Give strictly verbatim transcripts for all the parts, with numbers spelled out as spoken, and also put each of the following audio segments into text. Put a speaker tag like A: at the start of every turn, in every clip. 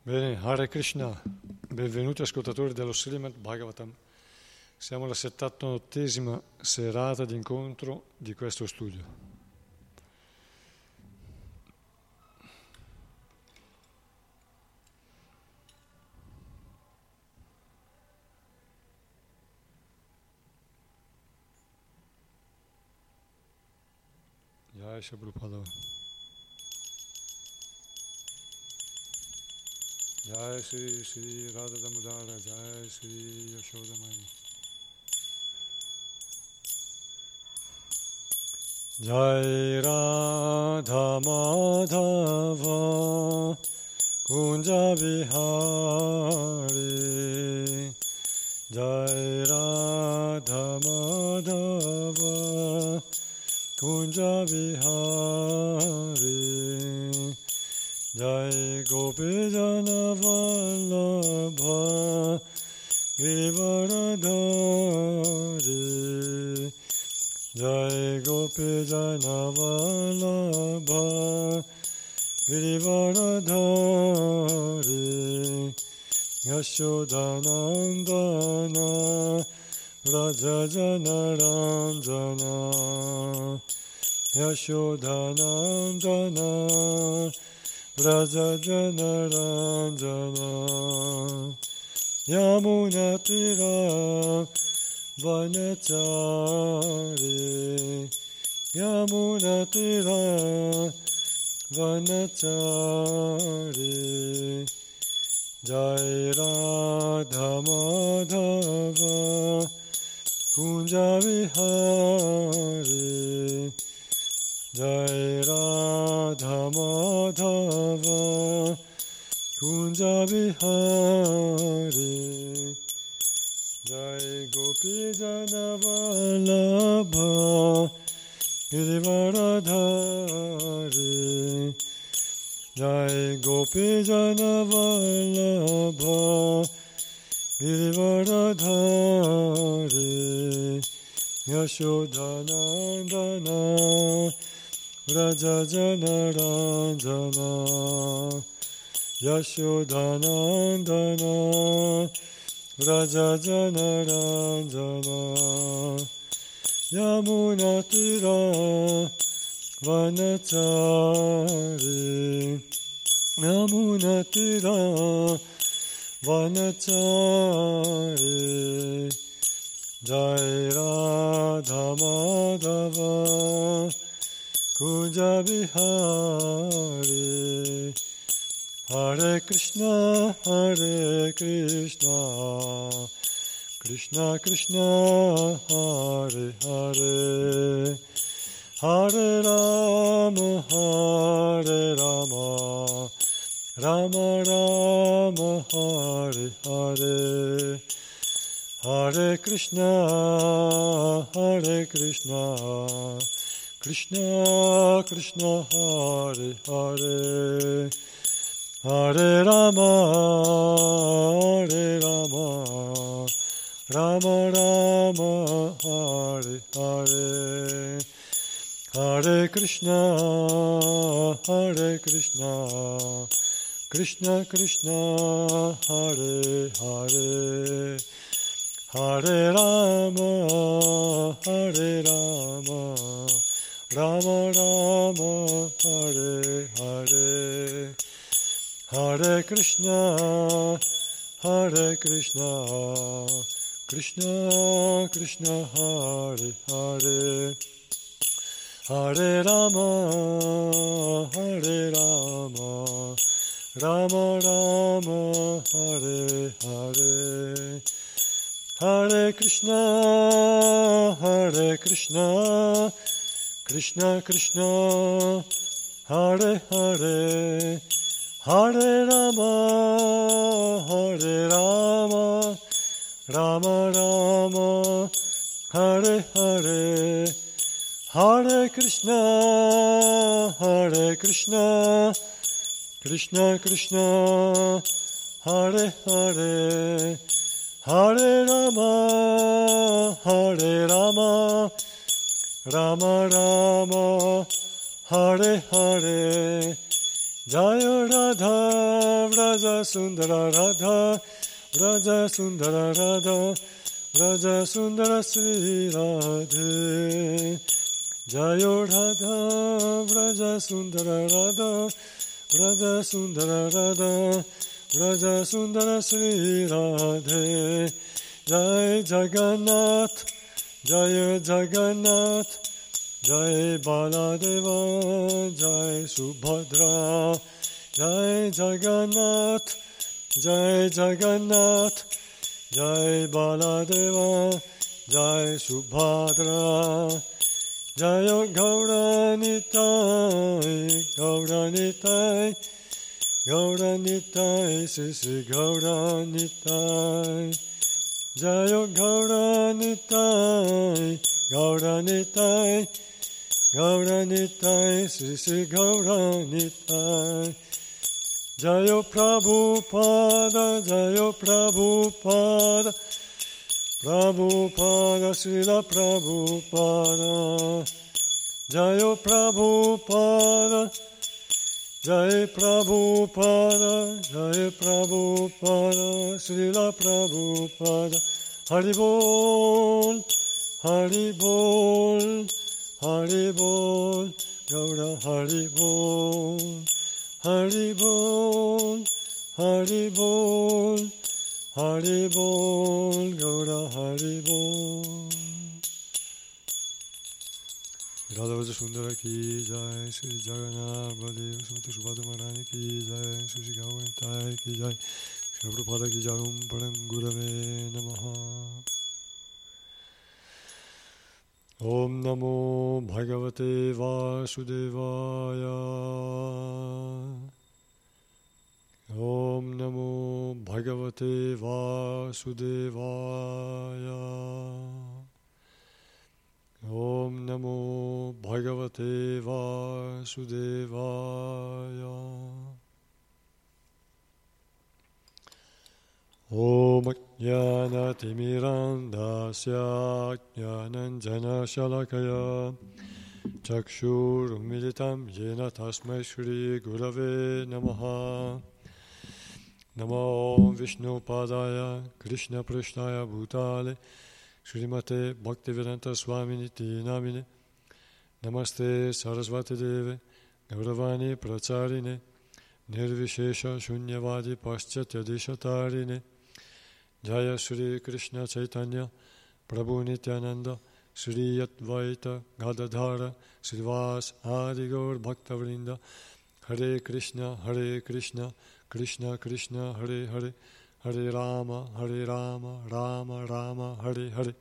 A: Bene, Hare Krishna, benvenuti ascoltatori dello Srimad Bhagavatam. Siamo alla settantottesima serata di incontro di questo studio. Jai Shri Prabhupada. Jai Shri Shri Radha Damodara, Jai Shri Yashoda Mani. Jai Radha Madhava Kunja Vihari. Jai Radha Madhava Kunja Vihari. Jai Gopi Jana Vallabha Givaradhari. Jai Gopi Jana Vallabha Givaradhari. Yashodanandana Raja Jana Ranjana. Yashodanandana Raja Jana Ranjana. Yamuna Tira Vanachari. Yamuna Tira Vanachari. Jai Radha Madhava Kunja Vihari. Jai Radha Madhava Kunja Vihari. Jai Gopi Jana Vallabha Givaradhari. Jai Gopi Jana Vallabha Givaradhari. Yashodanandana Raja Jana Ranjana. Yashodanandana Raja Jana Ranjana. Yamuna Tira Vanachari. Yamuna Tira Vanachari. Jai Radha Madhava Kunja Vihari. Hare Krishna, Hare Krishna, Krishna Krishna, Hare Hare, Hare Rama, Hare Rama, Rama Rama, Hare Hare, Hare Krishna, Hare Krishna, Krishna Krishna, Hare Hare, Hare Rama, Hare Rama, Rama Rama, Hare Hare, Hare Krishna, Hare Krishna, Krishna Krishna, Hare Hare, Hare Rama, Hare Rama, Rama Rama, Hare Hare, Hare Krishna, Hare Krishna, Krishna Krishna, Hare Hare, Hare Rama, Hare Rama, Rama Rama, Hare Hare, Hare Krishna, Hare Krishna, Krishna Krishna, Hare Hare, Hare Rama, Hare Rama, Rama Rama, Hare Hare, Hare Krishna, Hare Krishna, Krishna Krishna, Hare Hare, Hare Rama, Hare Rama, Rama Rama, Hare Hare, Jaya Radha Vraja Sundara Radha Vraja Sundara Radha Vraja Sundara Sri Radhe Jaya Radha Vraja Sundara Radha Vraja Sundara Radha Vraja Sundara Sri Radhe Jai Jagannath Jai Jagannath Jai Baladeva Jai Subhadra Jai Jagannath Jai Jagannath Jai Baladeva Jai Subhadra Jaya Gauranitai Gauranitai Gauranitai Sisi Gauranitai Jaya Gauranitai Gauranitai Gauranitai Sisi Gauranitai Jaya Prabhupada Jaya Prabhupada Prabhupada Srila Prabhupada Jaya Prabhupada Jai Prabhupada Jai Prabhupada Srila Prabhupada Haribol Haribol Haribol Gaura Haribol Haribol Haribol Haribol Gaura Haribol Radha Vraja Sundara ki jai, Sri Jagannath Baladev Sumati Subhadra Maharani ki jai, Sri Gauritai ki jai, Sri Prabhupada ki jai, Om Param Gurave Namaha. Om Namo Bhagavate Vasudevaya. Om Namo Bhagavate Vasudevaya. Om Namo Bhagavate Vasudevaya. Om Jnana Timirandasya Jnananjana Shalakaya Chakshur Militam Yena Tasmai Shri Gurave Namaha. Namo Vishnu Padaya Krishna Prishnaya Bhutale Srimate Bhaktivedanta Swamini Namine Namaste Sarasvati Deve Gauravani Pracharine Nirvishesha Shunyavadi Paschatya Dishatarine Jaya Sri Krishna Chaitanya Prabhu Nityananda Sri Advaita Gadadhara Srivas Adi Gaur Bhaktavrinda Hare Krishna Hare Krishna Krishna Krishna Hare Hare Hare Rama, Hare Rama, Rama Rama, Hare Hare.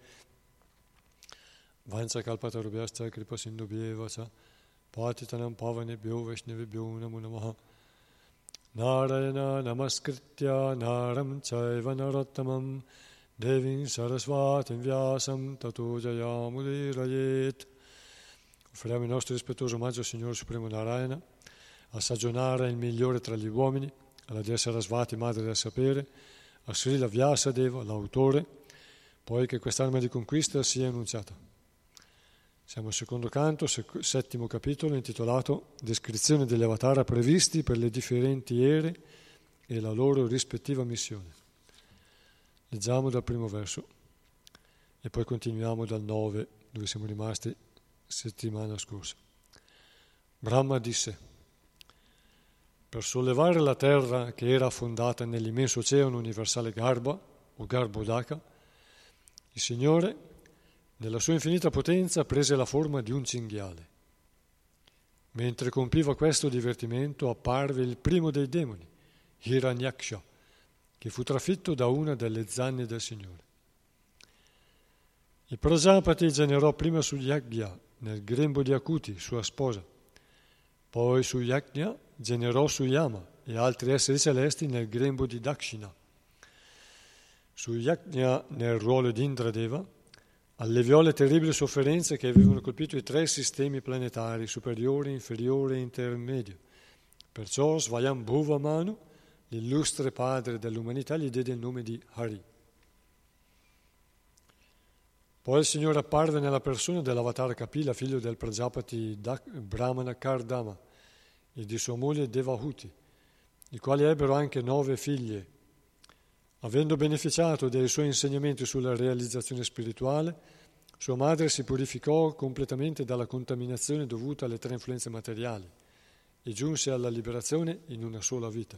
A: Vansa kalpatarubhyascha kripa sindhubhyeva cha patitanam pavanebhyo vaishnavibhyo namo namaha. Narayana namaskritya naram chaiva narottamam devim sarasvatim vyasam tato jayamudirayet. Offriamo il nostro rispettoso omaggio al Signore Supremo Narayana, a Sajonara il migliore tra gli uomini, alla Dea Sarasvati, madre del sapere, a Srila Vyasadeva, l'autore, poi che quest'arma di conquista sia annunciata. Siamo al secondo canto, sec- settimo capitolo, intitolato Descrizione degli avatara previsti per le differenti ere e la loro rispettiva missione. Leggiamo dal primo verso e poi continuiamo dal nove, dove siamo rimasti settimana scorsa. Brahma disse: per sollevare la terra che era affondata nell'immenso oceano universale Garbha o Garbhodaka, il Signore, nella sua infinita potenza, prese la forma di un cinghiale. Mentre compiva questo divertimento, apparve il primo dei demoni, Hiranyaksha, che fu trafitto da una delle zanne del Signore. Il Prajapati generò prima su Yagya, nel grembo di Akuti, sua sposa, poi su Yajna generò su Yama e altri esseri celesti nel grembo di Dakshina. Su Yajna, nel ruolo di Indradeva, alleviò le terribili sofferenze che avevano colpito i tre sistemi planetari, superiore, inferiore e intermedio. Perciò Svayambhuva Manu, l'illustre padre dell'umanità, gli diede il nome di Hari. Poi il Signore apparve nella persona dell'avatar Kapila, figlio del Prajapati Brahmana Kardama, e di sua moglie Devahuti, i quali ebbero anche nove figlie. Avendo beneficiato dei suoi insegnamenti sulla realizzazione spirituale, sua madre si purificò completamente dalla contaminazione dovuta alle tre influenze materiali e giunse alla liberazione in una sola vita.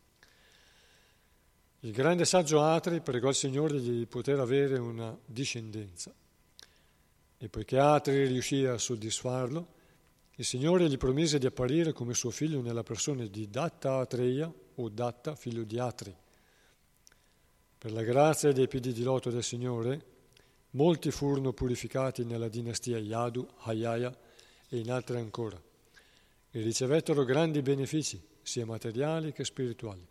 A: Il grande saggio Atri pregò il Signore di poter avere una discendenza e poiché Atri riuscì a soddisfarlo, il Signore gli promise di apparire come suo figlio nella persona di Dattatreya o Datta, figlio di Atri. Per la grazia dei piedi di loto del Signore, molti furono purificati nella dinastia Yadu, Hayaya e in altre ancora, e ricevettero grandi benefici, sia materiali che spirituali.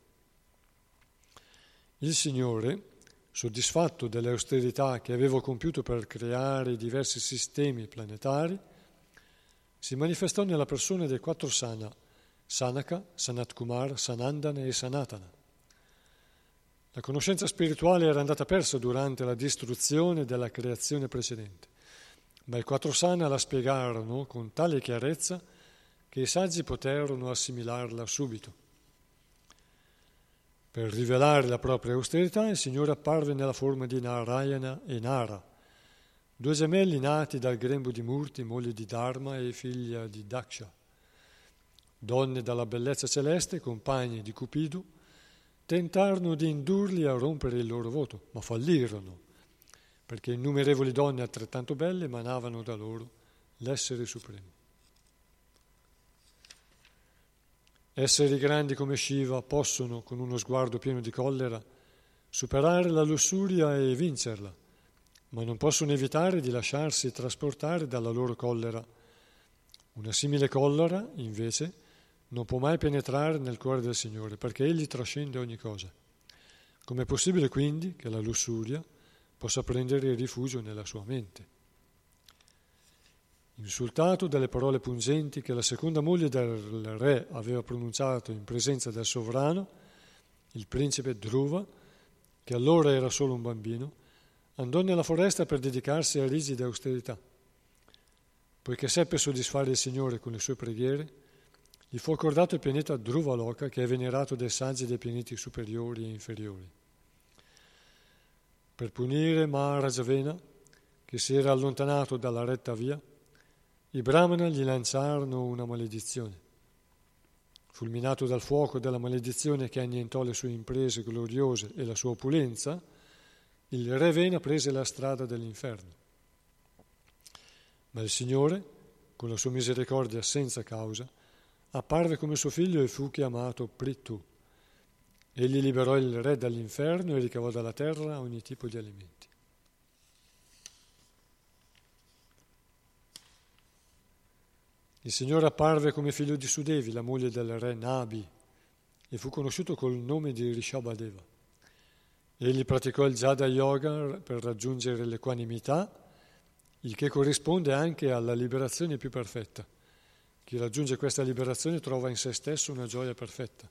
A: Il Signore, soddisfatto delle austerità che avevo compiuto per creare i diversi sistemi planetari, si manifestò nella persona dei quattro Sana, Sanaka, Sanat Kumar, Sanandana e Sanatana. La conoscenza spirituale era andata persa durante la distruzione della creazione precedente, ma i quattro Sana la spiegarono con tale chiarezza che i saggi poterono assimilarla subito. Per rivelare la propria austerità, il Signore apparve nella forma di Narayana e Nara, due gemelli nati dal grembo di Murti, moglie di Dharma e figlia di Daksha, donne dalla bellezza celeste, compagne di Cupido. Tentarono di indurli a rompere il loro voto, ma fallirono, perché innumerevoli donne altrettanto belle emanavano da loro l'essere supremo. Esseri grandi come Shiva possono, con uno sguardo pieno di collera, superare la lussuria e vincerla, ma non possono evitare di lasciarsi trasportare dalla loro collera. Una simile collera, invece, non può mai penetrare nel cuore del Signore, perché Egli trascende ogni cosa. Com'è possibile quindi che la lussuria possa prendere rifugio nella sua mente? Insultato dalle parole pungenti che la seconda moglie del re aveva pronunciato in presenza del sovrano, il principe Dhruva, che allora era solo un bambino, andò nella foresta per dedicarsi a rigide austerità. Poiché seppe soddisfare il Signore con le sue preghiere, gli fu accordato il pianeta Dhruvaloka, che è venerato dai saggi dei pianeti superiori e inferiori. Per punire Maharajavena, che si era allontanato dalla retta via, i Brahmana gli lanciarono una maledizione. Fulminato dal fuoco della maledizione che annientò le sue imprese gloriose e la sua opulenza, il re Vena prese la strada dell'inferno. Ma il Signore, con la sua misericordia senza causa, apparve come suo figlio e fu chiamato Prithu. Egli liberò il re dall'inferno e ricavò dalla terra ogni tipo di alimenti. Il Signore apparve come figlio di Sudevi, la moglie del re Nabi, e fu conosciuto col nome di Rishabhadeva. Egli praticò il Jada Yoga per raggiungere l'equanimità, il che corrisponde anche alla liberazione più perfetta. Chi raggiunge questa liberazione trova in se stesso una gioia perfetta.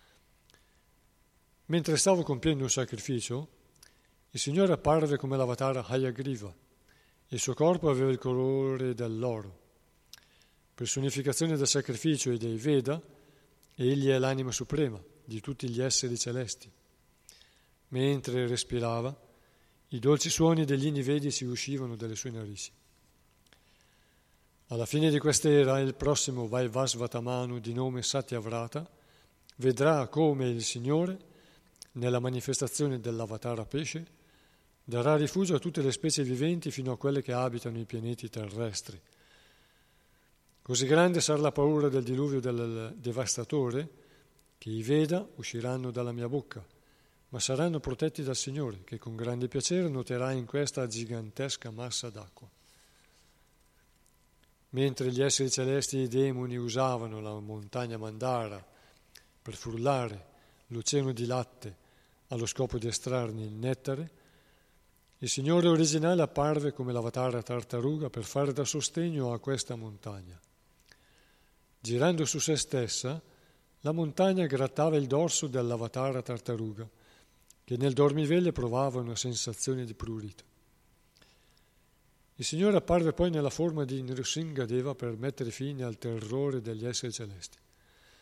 A: Mentre stavo compiendo un sacrificio, il Signore apparve come l'avatara Hayagriva e il suo corpo aveva il colore dell'oro. Personificazione del sacrificio e dei Veda, egli è l'anima suprema di tutti gli esseri celesti. Mentre respirava, i dolci suoni degli inni vedici uscivano dalle sue narici. Alla fine di quest'era il prossimo Vaivasvatamanu di nome Satyavrata vedrà come il Signore, nella manifestazione dell'avatara pesce, darà rifugio a tutte le specie viventi fino a quelle che abitano i pianeti terrestri. Così grande sarà la paura del diluvio del devastatore che i Veda usciranno dalla mia bocca, ma saranno protetti dal Signore, che con grande piacere nuoterà in questa gigantesca massa d'acqua. Mentre gli esseri celesti e i demoni usavano la montagna Mandara per frullare l'oceano di latte allo scopo di estrarne il nettare, il Signore originale apparve come l'avatara tartaruga per fare da sostegno a questa montagna. Girando su se stessa, la montagna grattava il dorso dell'avatara tartaruga, che nel dormiveglia provava una sensazione di prurito. Il Signore apparve poi nella forma di Nrsingadeva per mettere fine al terrore degli esseri celesti.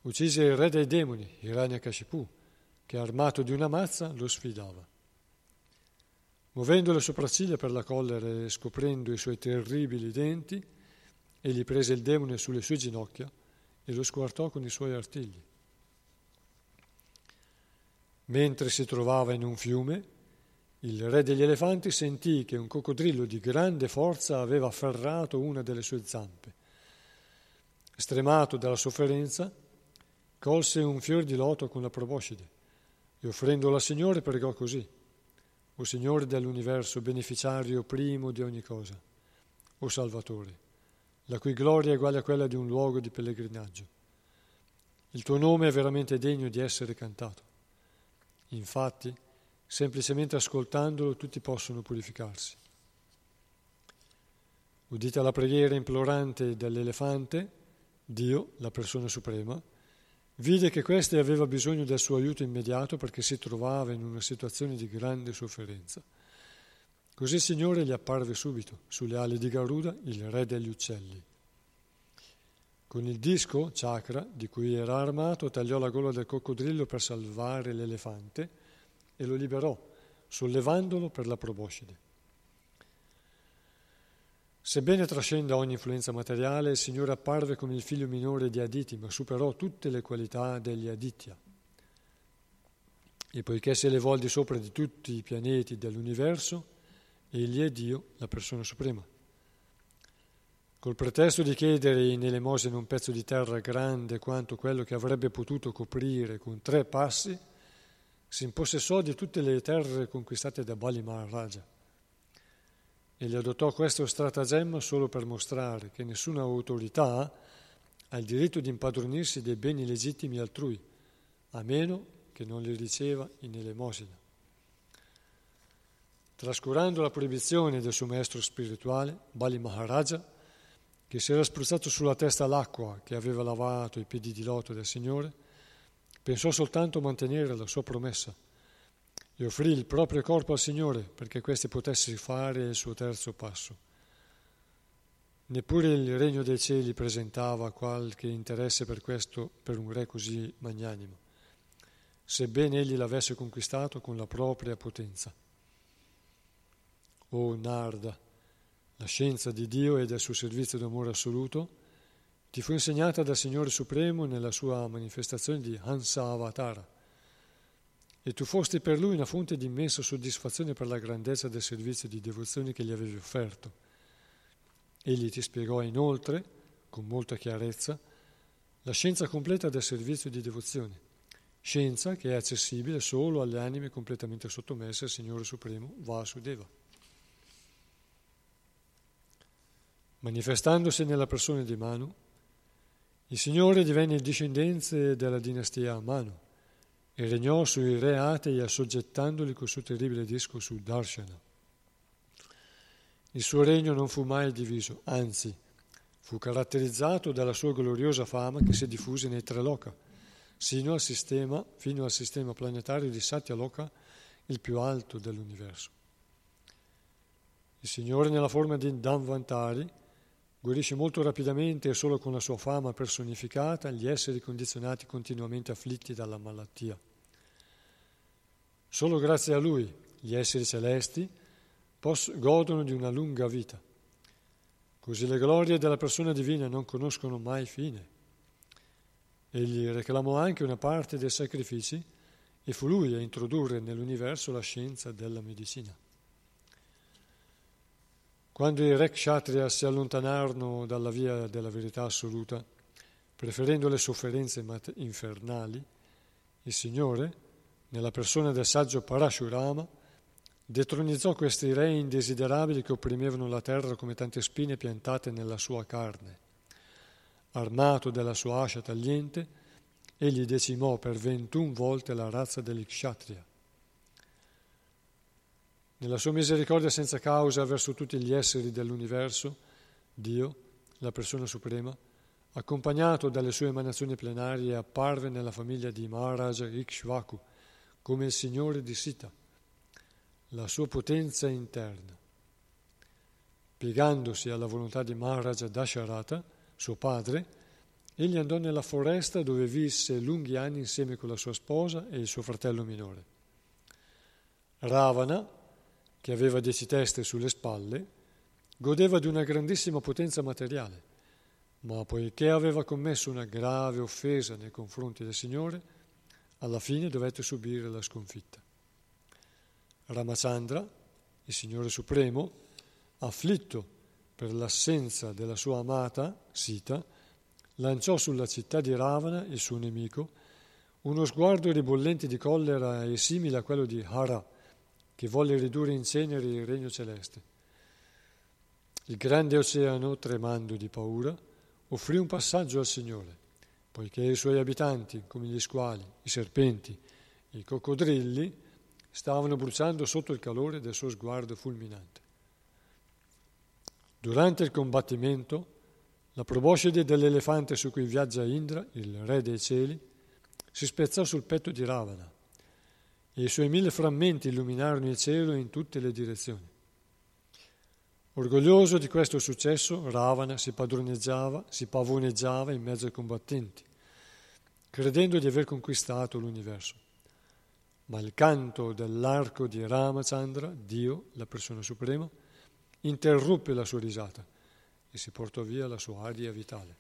A: uccise il re dei demoni, Hiranyakashipu, che armato di una mazza lo sfidava. Muovendo le sopracciglia per la collera e scoprendo i suoi terribili denti, egli prese il demone sulle sue ginocchia e lo squartò con i suoi artigli. Mentre si trovava in un fiume, il re degli elefanti sentì che un coccodrillo di grande forza aveva afferrato una delle sue zampe. Stremato dalla sofferenza, colse un fior di loto con la proboscide e offrendolo al Signore pregò così: O Signore dell'universo, beneficiario primo di ogni cosa, o Salvatore, la cui gloria è uguale a quella di un luogo di pellegrinaggio. Il tuo nome è veramente degno di essere cantato. Infatti, semplicemente ascoltandolo tutti possono purificarsi. Udita la preghiera implorante dell'elefante, Dio, la persona suprema, vide che questi aveva bisogno del suo aiuto immediato perché si trovava in una situazione di grande sofferenza. Così il Signore gli apparve subito, sulle ali di Garuda, il re degli uccelli. Con il disco, chakra, di cui era armato, tagliò la gola del coccodrillo per salvare l'elefante e lo liberò, sollevandolo per la proboscide. Sebbene trascenda ogni influenza materiale, il Signore apparve come il figlio minore di Aditi, ma superò tutte le qualità degli Aditya. E poiché si elevò al di sopra di tutti i pianeti dell'universo, egli è Dio, la persona suprema. Col pretesto di chiedere in elemosina un pezzo di terra grande quanto quello che avrebbe potuto coprire con tre passi, si impossessò di tutte le terre conquistate da Bali Maharaja. E gli adottò questo stratagemma solo per mostrare che nessuna autorità ha il diritto di impadronirsi dei beni legittimi altrui, a meno che non li riceva in elemosina. Trascurando la proibizione del suo maestro spirituale, Bali Maharaja, che si era spruzzato sulla testa l'acqua che aveva lavato i piedi di loto del Signore, pensò soltanto a mantenere la sua promessa e offrì il proprio corpo al Signore perché questi potesse fare il suo terzo passo. Neppure il regno dei cieli presentava qualche interesse per questo per un re così magnanimo, sebbene egli l'avesse conquistato con la propria potenza. O Narda, la scienza di Dio e del suo servizio d'amore assoluto ti fu insegnata dal Signore Supremo nella sua manifestazione di Hansa Avatara, e tu fosti per lui una fonte di immensa soddisfazione per la grandezza del servizio di devozione che gli avevi offerto. Egli ti spiegò inoltre, con molta chiarezza, la scienza completa del servizio di devozione, scienza che è accessibile solo alle anime completamente sottomesse al Signore Supremo Vasudeva. Manifestandosi nella persona di Manu, il Signore divenne il discendente della dinastia Manu e regnò sui re atei assoggettandoli col suo terribile disco su Darshana. Il suo regno non fu mai diviso, anzi, fu caratterizzato dalla sua gloriosa fama che si diffuse nei tre loka, sino al sistema, fino al sistema planetario di Satyaloka, il più alto dell'universo. Il Signore, nella forma di Dhanvantari, guarisce molto rapidamente e solo con la sua fama personificata gli esseri condizionati continuamente afflitti dalla malattia. Solo grazie a lui gli esseri celesti poss- godono di una lunga vita. Così le glorie della persona divina non conoscono mai fine. Egli reclamò anche una parte dei sacrifici e fu lui a introdurre nell'universo la scienza della medicina. Quando i re kshatriya si allontanarono dalla via della verità assoluta, preferendo le sofferenze infernali, il Signore, nella persona del saggio Parashurama, detronizzò questi re indesiderabili che opprimevano la terra come tante spine piantate nella sua carne. Armato della sua ascia tagliente, egli decimò per ventuno volte la razza degli kshatriya. Nella sua misericordia senza causa verso tutti gli esseri dell'universo, Dio, la persona suprema, accompagnato dalle sue emanazioni plenarie, apparve nella famiglia di Maharaja Ikshvaku come il Signore di Sita, la sua potenza interna. Piegandosi alla volontà di Maharaja Dasharatha, suo padre, egli andò nella foresta dove visse lunghi anni insieme con la sua sposa e il suo fratello minore. Ravana, che aveva dieci teste sulle spalle, godeva di una grandissima potenza materiale, ma poiché aveva commesso una grave offesa nei confronti del Signore, alla fine dovette subire la sconfitta. Ramachandra, il Signore Supremo, afflitto per l'assenza della sua amata, Sita, lanciò sulla città di Ravana, il suo nemico, uno sguardo ribollente di collera e simile a quello di Hara, che volle ridurre in ceneri il regno celeste. Il grande oceano, tremando di paura, offrì un passaggio al Signore, poiché i suoi abitanti, come gli squali, i serpenti, i coccodrilli, stavano bruciando sotto il calore del suo sguardo fulminante. Durante il combattimento, la proboscide dell'elefante su cui viaggia Indra, il re dei cieli, si spezzò sul petto di Ravana e i suoi mille frammenti illuminarono il cielo in tutte le direzioni. Orgoglioso di questo successo, Ravana si padroneggiava, si pavoneggiava in mezzo ai combattenti, credendo di aver conquistato l'universo. Ma il canto dell'arco di Ramachandra, Dio, la persona suprema, interruppe la sua risata e si portò via la sua aria vitale.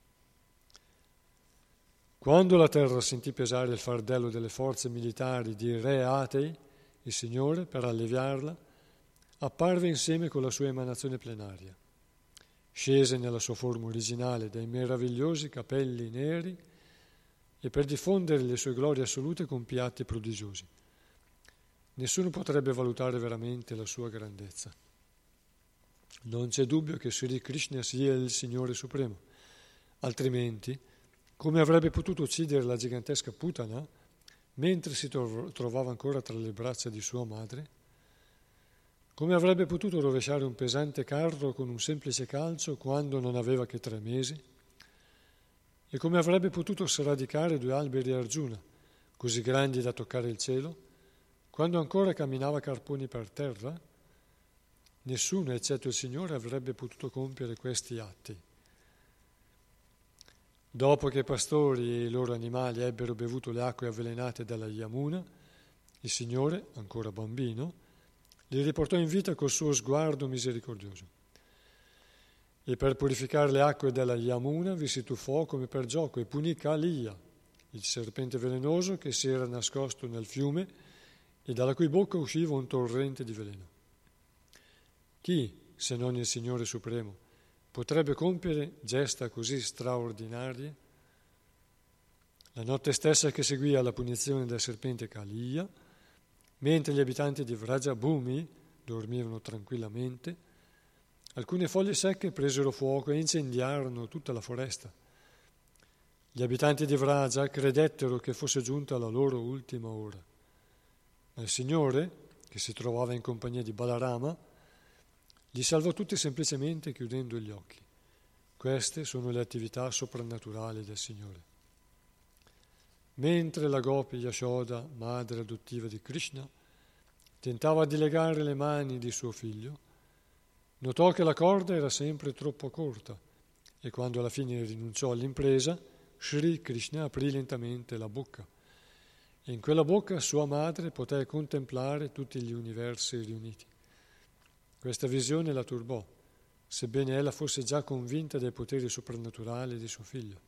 A: Quando la terra sentì pesare il fardello delle forze militari di Re Atei, il Signore, per alleviarla, apparve insieme con la sua emanazione plenaria. Scese nella sua forma originale dai meravigliosi capelli neri e per diffondere le sue glorie assolute compì atti prodigiosi. Nessuno potrebbe valutare veramente la sua grandezza. Non c'è dubbio che Sri Krishna sia il Signore Supremo, altrimenti come avrebbe potuto uccidere la gigantesca Putana mentre si trovava ancora tra le braccia di sua madre? Come avrebbe potuto rovesciare un pesante carro con un semplice calcio quando non aveva che tre mesi? E come avrebbe potuto sradicare due alberi Arjuna, così grandi da toccare il cielo, quando ancora camminava carponi per terra? Nessuno, eccetto il Signore, avrebbe potuto compiere questi atti. Dopo che i pastori e i loro animali ebbero bevuto le acque avvelenate dalla Yamuna, il Signore, ancora bambino, li riportò in vita col suo sguardo misericordioso. E per purificare le acque della Yamuna vi si tuffò come per gioco e punì Kaliya, il serpente velenoso che si era nascosto nel fiume e dalla cui bocca usciva un torrente di veleno. Chi, se non il Signore Supremo, potrebbe compiere gesta così straordinarie? La notte stessa che seguì alla punizione del serpente Kaliya, mentre gli abitanti di Vrajabhumi dormivano tranquillamente, alcune foglie secche presero fuoco e incendiarono tutta la foresta. Gli abitanti di Vraja credettero che fosse giunta la loro ultima ora. Ma il Signore, che si trovava in compagnia di Balarama, li salvò tutti semplicemente chiudendo gli occhi. Queste sono le attività soprannaturali del Signore. Mentre la Gopi Yashoda, madre adottiva di Krishna, tentava di legare le mani di suo figlio, notò che la corda era sempre troppo corta e quando alla fine rinunciò all'impresa, Sri Krishna aprì lentamente la bocca e in quella bocca sua madre poté contemplare tutti gli universi riuniti. Questa visione la turbò, sebbene ella fosse già convinta dei poteri soprannaturali di suo figlio.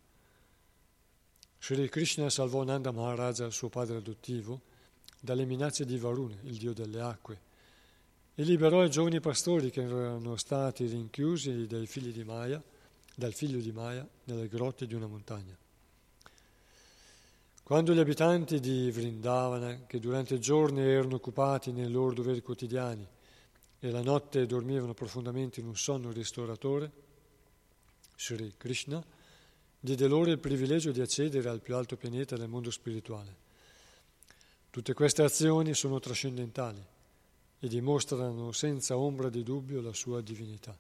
A: Sri Krishna salvò Nanda Maharaja, suo padre adottivo, dalle minacce di Varuna, il dio delle acque, e liberò i giovani pastori che erano stati rinchiusi dai figli di Maya, dal figlio di Maya nelle grotte di una montagna. Quando gli abitanti di Vrindavana, che durante il giorno erano occupati nei loro doveri quotidiani e la notte dormivano profondamente in un sonno ristoratore, Sri Krishna diede loro il privilegio di accedere al più alto pianeta del mondo spirituale. Tutte queste azioni sono trascendentali e dimostrano senza ombra di dubbio la sua divinità.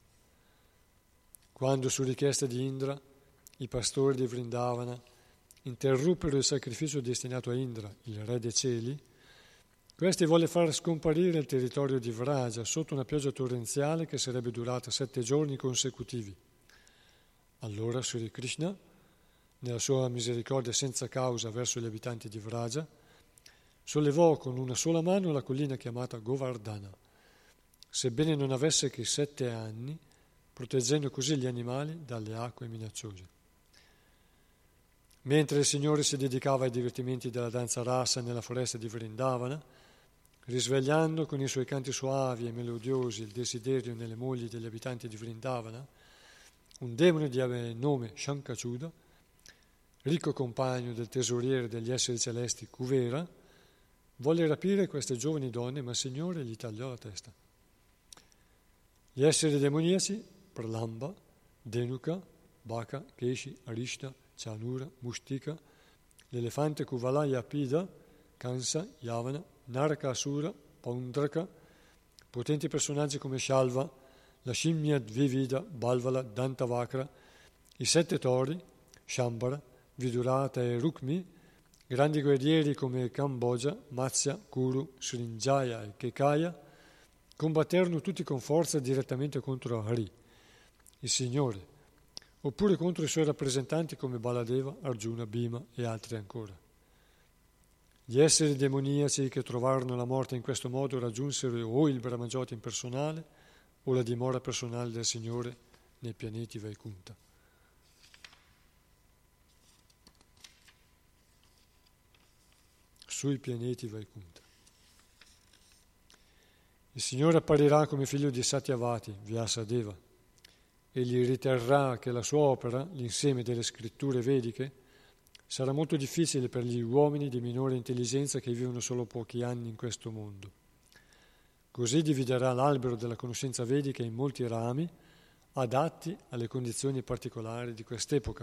A: Quando, su richiesta di Indra, i pastori di Vrindavana interruppero il sacrificio destinato a Indra, il re dei cieli, questi volle far scomparire il territorio di Vraja sotto una pioggia torrenziale che sarebbe durata sette giorni consecutivi. Allora Sri Krishna, nella sua misericordia senza causa verso gli abitanti di Vraja, sollevò con una sola mano la collina chiamata Govardhana, sebbene non avesse che sette anni, proteggendo così gli animali dalle acque minacciose. Mentre il Signore si dedicava ai divertimenti della danza rasa nella foresta di Vrindavana, risvegliando con i suoi canti suavi e melodiosi il desiderio nelle mogli degli abitanti di Vrindavana, un demone di nome Shankachuda, ricco compagno del tesoriere degli esseri celesti Kuvera, volle rapire queste giovani donne, ma il Signore gli tagliò la testa. Gli esseri demoniaci, Pralamba, Denuka, Baka, Keshi, Arishta, Chanura, Mustika, l'elefante Kuvalaya Pida, Kansa, Yavana, Narakasura, Paundraka, potenti personaggi come Shalva, la scimmia Dvivida, Balvala, Dantavakra, i sette tori, Shambhara, Vidurata e Rukmi, grandi guerrieri come Kamboja, Matsya, Kuru, Srinjaya e Kekaya, combatterono tutti con forza direttamente contro Hari, il Signore, oppure contro i suoi rappresentanti come Baladeva, Arjuna, Bhima e altri ancora. Gli esseri demoniaci che trovarono la morte in questo modo raggiunsero o il Brahmajoti impersonale o la dimora personale del Signore nei pianeti Vaikunta. Sui pianeti Vaikunta. Il Signore apparirà come figlio di Satyavati, Vyasadeva, e gli riterrà che la sua opera, l'insieme delle scritture vediche, sarà molto difficile per gli uomini di minore intelligenza che vivono solo pochi anni in questo mondo. Così dividerà l'albero della conoscenza vedica in molti rami adatti alle condizioni particolari di quest'epoca.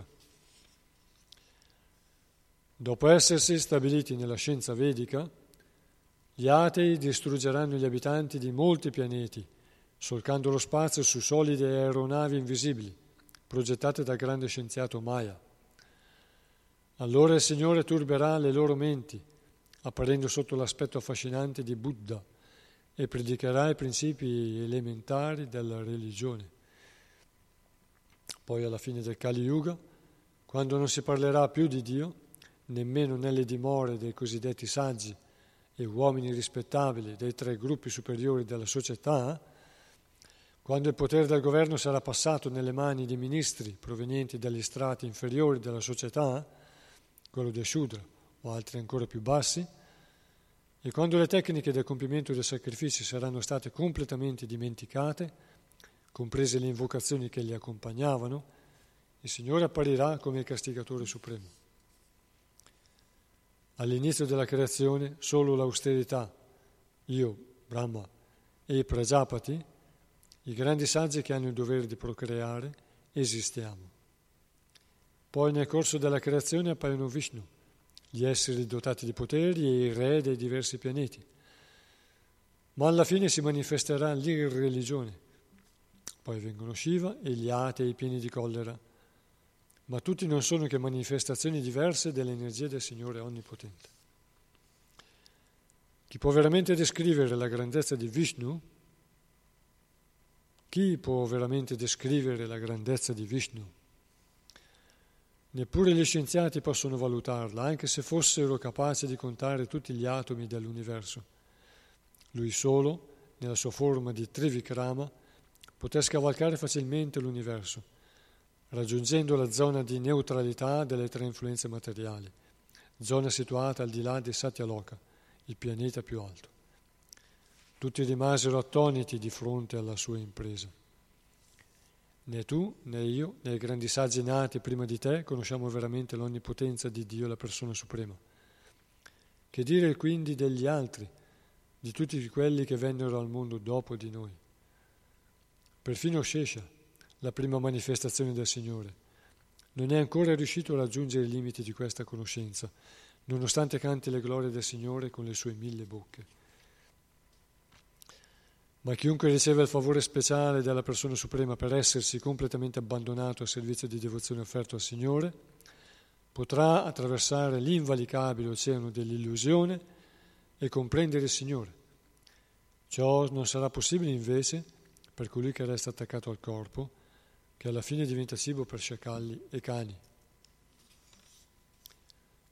A: Dopo essersi stabiliti nella scienza vedica, gli atei distruggeranno gli abitanti di molti pianeti, solcando lo spazio su solide aeronavi invisibili, progettate dal grande scienziato Maya. Allora il Signore turberà le loro menti, apparendo sotto l'aspetto affascinante di Buddha, e predicherà i principi elementari della religione. Poi alla fine del Kali Yuga, quando non si parlerà più di Dio, nemmeno nelle dimore dei cosiddetti saggi e uomini rispettabili dei tre gruppi superiori della società, quando il potere del governo sarà passato nelle mani di ministri provenienti dagli strati inferiori della società, quello dei Shudra o altri ancora più bassi, e quando le tecniche del compimento dei sacrifici saranno state completamente dimenticate, comprese le invocazioni che li accompagnavano, il Signore apparirà come il castigatore supremo. All'inizio della creazione solo l'austerità, io, Brahma, e i Prajapati, i grandi saggi che hanno il dovere di procreare, esistiamo. Poi nel corso della creazione appaiono Vishnu, gli esseri dotati di poteri e i re dei diversi pianeti. Ma alla fine si manifesterà l'irreligione. Poi vengono Shiva e gli atei pieni di collera. Ma tutti non sono che manifestazioni diverse dell'energia del Signore Onnipotente. Chi può veramente descrivere la grandezza di Vishnu? Chi può veramente descrivere la grandezza di Vishnu? Neppure gli scienziati possono valutarla, anche se fossero capaci di contare tutti gli atomi dell'universo. Lui solo, nella sua forma di Trivikrama, poté scavalcare facilmente l'universo, raggiungendo la zona di neutralità delle tre influenze materiali, zona situata al di là di Satyaloka, il pianeta più alto. Tutti rimasero attoniti di fronte alla sua impresa. Né tu, né io, né i grandi saggi nati prima di te conosciamo veramente l'onnipotenza di Dio, la persona suprema. Che dire quindi degli altri, di tutti quelli che vennero al mondo dopo di noi? Perfino Shesha, la prima manifestazione del Signore, non è ancora riuscito a raggiungere i limiti di questa conoscenza, nonostante canti le glorie del Signore con le sue mille bocche. Ma chiunque riceve il favore speciale della persona suprema per essersi completamente abbandonato al servizio di devozione offerto al Signore, potrà attraversare l'invalicabile oceano dell'illusione e comprendere il Signore. Ciò non sarà possibile invece per colui che resta attaccato al corpo, che alla fine diventa cibo per sciacalli e cani.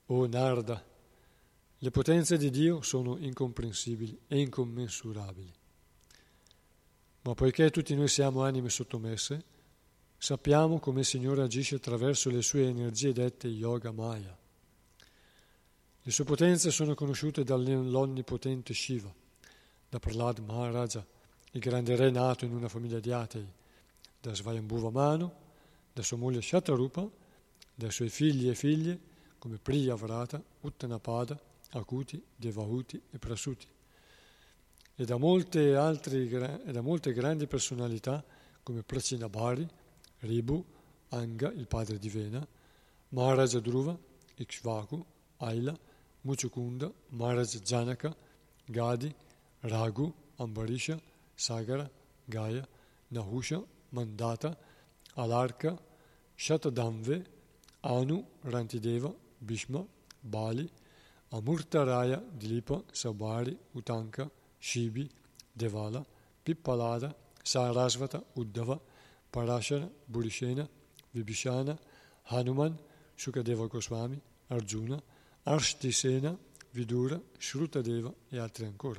A: O Narda, le potenze di Dio sono incomprensibili e incommensurabili. Ma poiché tutti noi siamo anime sottomesse, sappiamo come il Signore agisce attraverso le sue energie dette Yoga Maya. Le sue potenze sono conosciute dall'onnipotente Shiva, da Prahlad Maharaja, il grande re nato in una famiglia di atei, da Svayambhuva Manu, da sua moglie Shatarupa, dai suoi figli e figlie come Priyavrata, Uttanapada, Akuti, Devahuti e Prasuti, e da molte, altri, e da molte grandi personalità come Prachinabhari, Ribu, Anga, il padre di Vena, Maharaja Dhruva, Ikshvaku, Aila, Muchukunda, Maharaja Janaka, Gadi, Raghu, Ambarisha, Sagara, Gaya, Nahusha, Mandata, Alarka, Shatadamve, Anu, Rantideva, Bhishma, Bali, Amurtaraya, Dilipa, Sabari, Utanka, Shibi, Devala, Pippalada, Sarasvata, Uddhava, Parashara, Burishena, Vibhishana, Hanuman, Shukadeva Goswami, Arjuna, Arshtisena, Vidura, Shrutadeva e altri ancora.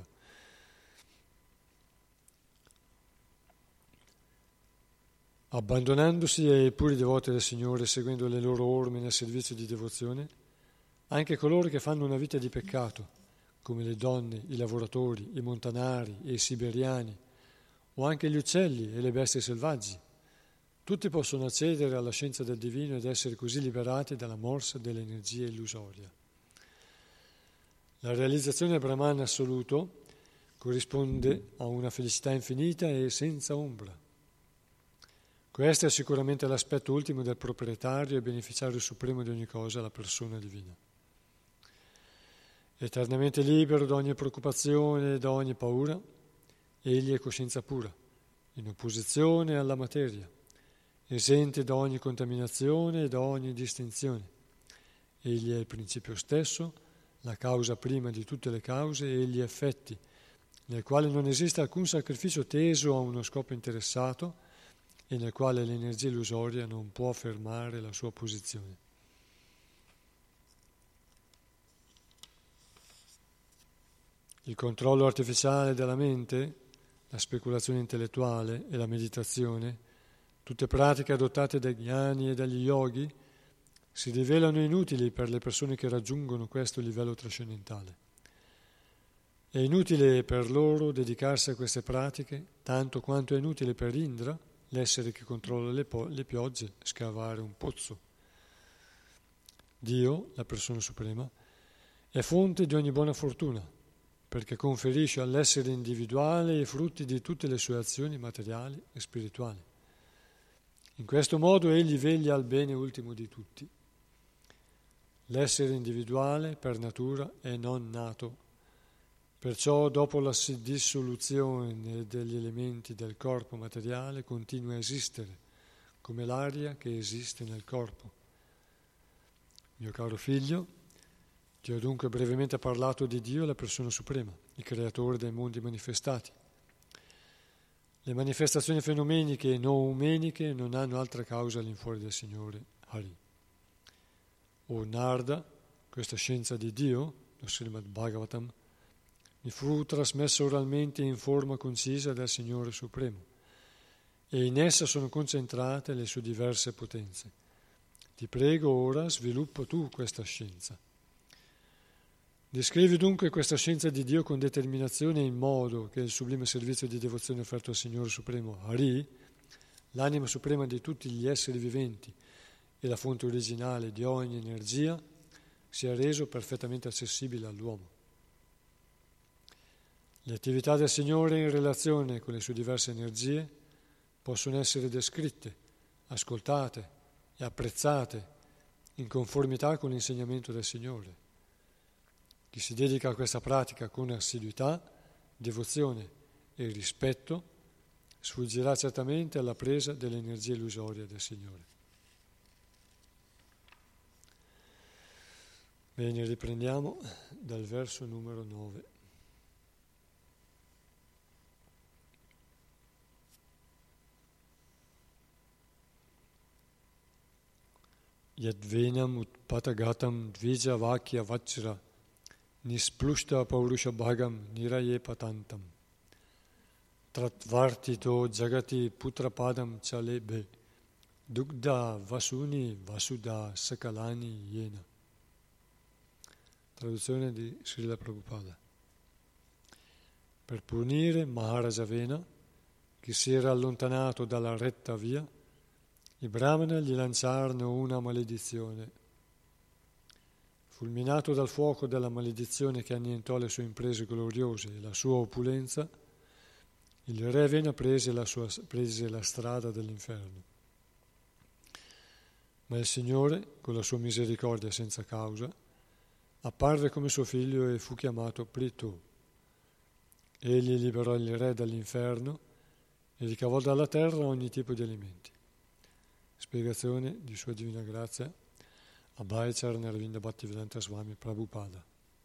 A: Abbandonandosi ai puri devoti del Signore, seguendo le loro orme nel servizio di devozione, anche coloro che fanno una vita di peccato, come le donne, i lavoratori, i montanari e i siberiani, o anche gli uccelli e le bestie selvaggi, tutti possono accedere alla scienza del divino ed essere così liberati dalla morsa dell'energia illusoria. La realizzazione del Brahman assoluto corrisponde a una felicità infinita e senza ombra. Questo è sicuramente l'aspetto ultimo del proprietario e beneficiario supremo di ogni cosa, la persona divina. Eternamente libero da ogni preoccupazione e da ogni paura, egli è coscienza pura, in opposizione alla materia, esente da ogni contaminazione e da ogni distinzione. Egli è il principio stesso, la causa prima di tutte le cause e gli effetti, nel quale non esiste alcun sacrificio teso a uno scopo interessato e nel quale l'energia illusoria non può fermare la sua posizione. Il controllo artificiale della mente, la speculazione intellettuale e la meditazione, tutte pratiche adottate dai gnani e dagli yogi, si rivelano inutili per le persone che raggiungono questo livello trascendentale. È inutile per loro dedicarsi a queste pratiche, tanto quanto è inutile per Indra, l'essere che controlla le, po- le piogge, scavare un pozzo. Dio, la persona suprema, è fonte di ogni buona fortuna, perché conferisce all'essere individuale i frutti di tutte le sue azioni materiali e spirituali. In questo modo egli veglia al bene ultimo di tutti. L'essere individuale per natura è non nato, perciò dopo la dissoluzione degli elementi del corpo materiale continua a esistere, come l'aria che esiste nel corpo. Mio caro figlio, ti ho dunque brevemente parlato di Dio, la persona suprema, il creatore dei mondi manifestati. Le manifestazioni fenomeniche e noumeniche non hanno altra causa all'infuori del Signore Hari. O Narda, questa scienza di Dio, lo Srimad Bhagavatam, mi fu trasmessa oralmente in forma concisa dal Signore Supremo, e in essa sono concentrate le sue diverse potenze. Ti prego ora, sviluppa tu questa scienza. Descrivi dunque questa scienza di Dio con determinazione in modo che il sublime servizio di devozione offerto al Signore Supremo, Hari, l'anima suprema di tutti gli esseri viventi e la fonte originale di ogni energia, sia reso perfettamente accessibile all'uomo. Le attività del Signore in relazione con le sue diverse energie possono essere descritte, ascoltate e apprezzate in conformità con l'insegnamento del Signore. Chi si dedica a questa pratica con assiduità, devozione e rispetto sfuggirà certamente alla presa dell'energia illusoria del Signore. Bene, riprendiamo dal verso numero nove. yadvenam utpatagatam dvija vakya vachra nisplushta paurusha bhagam niraye patantam tratvartito jagati putrapadam chalebe dugda vasuni vasuda sakalani yena. Traduzione di Srila Prabhupada. Per punire Maharajavena, che si era allontanato dalla retta via, i Brahmana gli lanciarono una maledizione. Fulminato dal fuoco della maledizione che annientò le sue imprese gloriose e la sua opulenza, il re Vena prese la, sua, prese la strada dell'inferno. Ma il Signore, con la sua misericordia senza causa, apparve come suo figlio e fu chiamato Prithu. Egli liberò il re dall'inferno e ricavò dalla terra ogni tipo di alimenti. Spiegazione di Sua Divina Grazia Abhay Charanaravinda Bhaktivedanta Swami Prabhupada.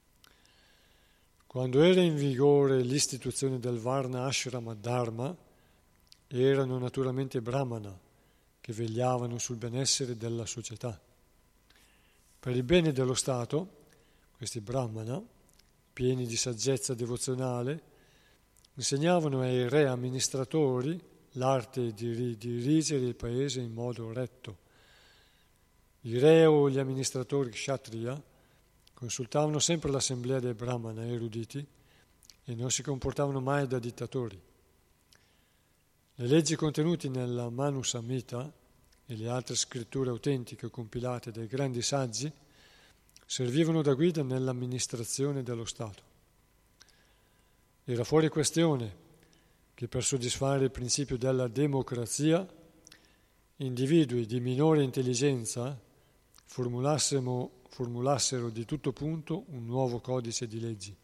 A: Quando era in vigore l'istituzione del Varna Ashrama Dharma, erano naturalmente Brahmana che vegliavano sul benessere della società. Per il bene dello Stato, questi Brahmana, pieni di saggezza devozionale, insegnavano ai re amministratori l'arte di dirigere il paese in modo retto. I re o gli amministratori kshatriya consultavano sempre l'assemblea dei Brahmana eruditi e non si comportavano mai da dittatori. Le leggi contenute nella Manu Samhita e le altre scritture autentiche compilate dai grandi saggi servivano da guida nell'amministrazione dello Stato. Era fuori questione che per soddisfare il principio della democrazia individui di minore intelligenza formulassero, formulassero di tutto punto un nuovo codice di leggi.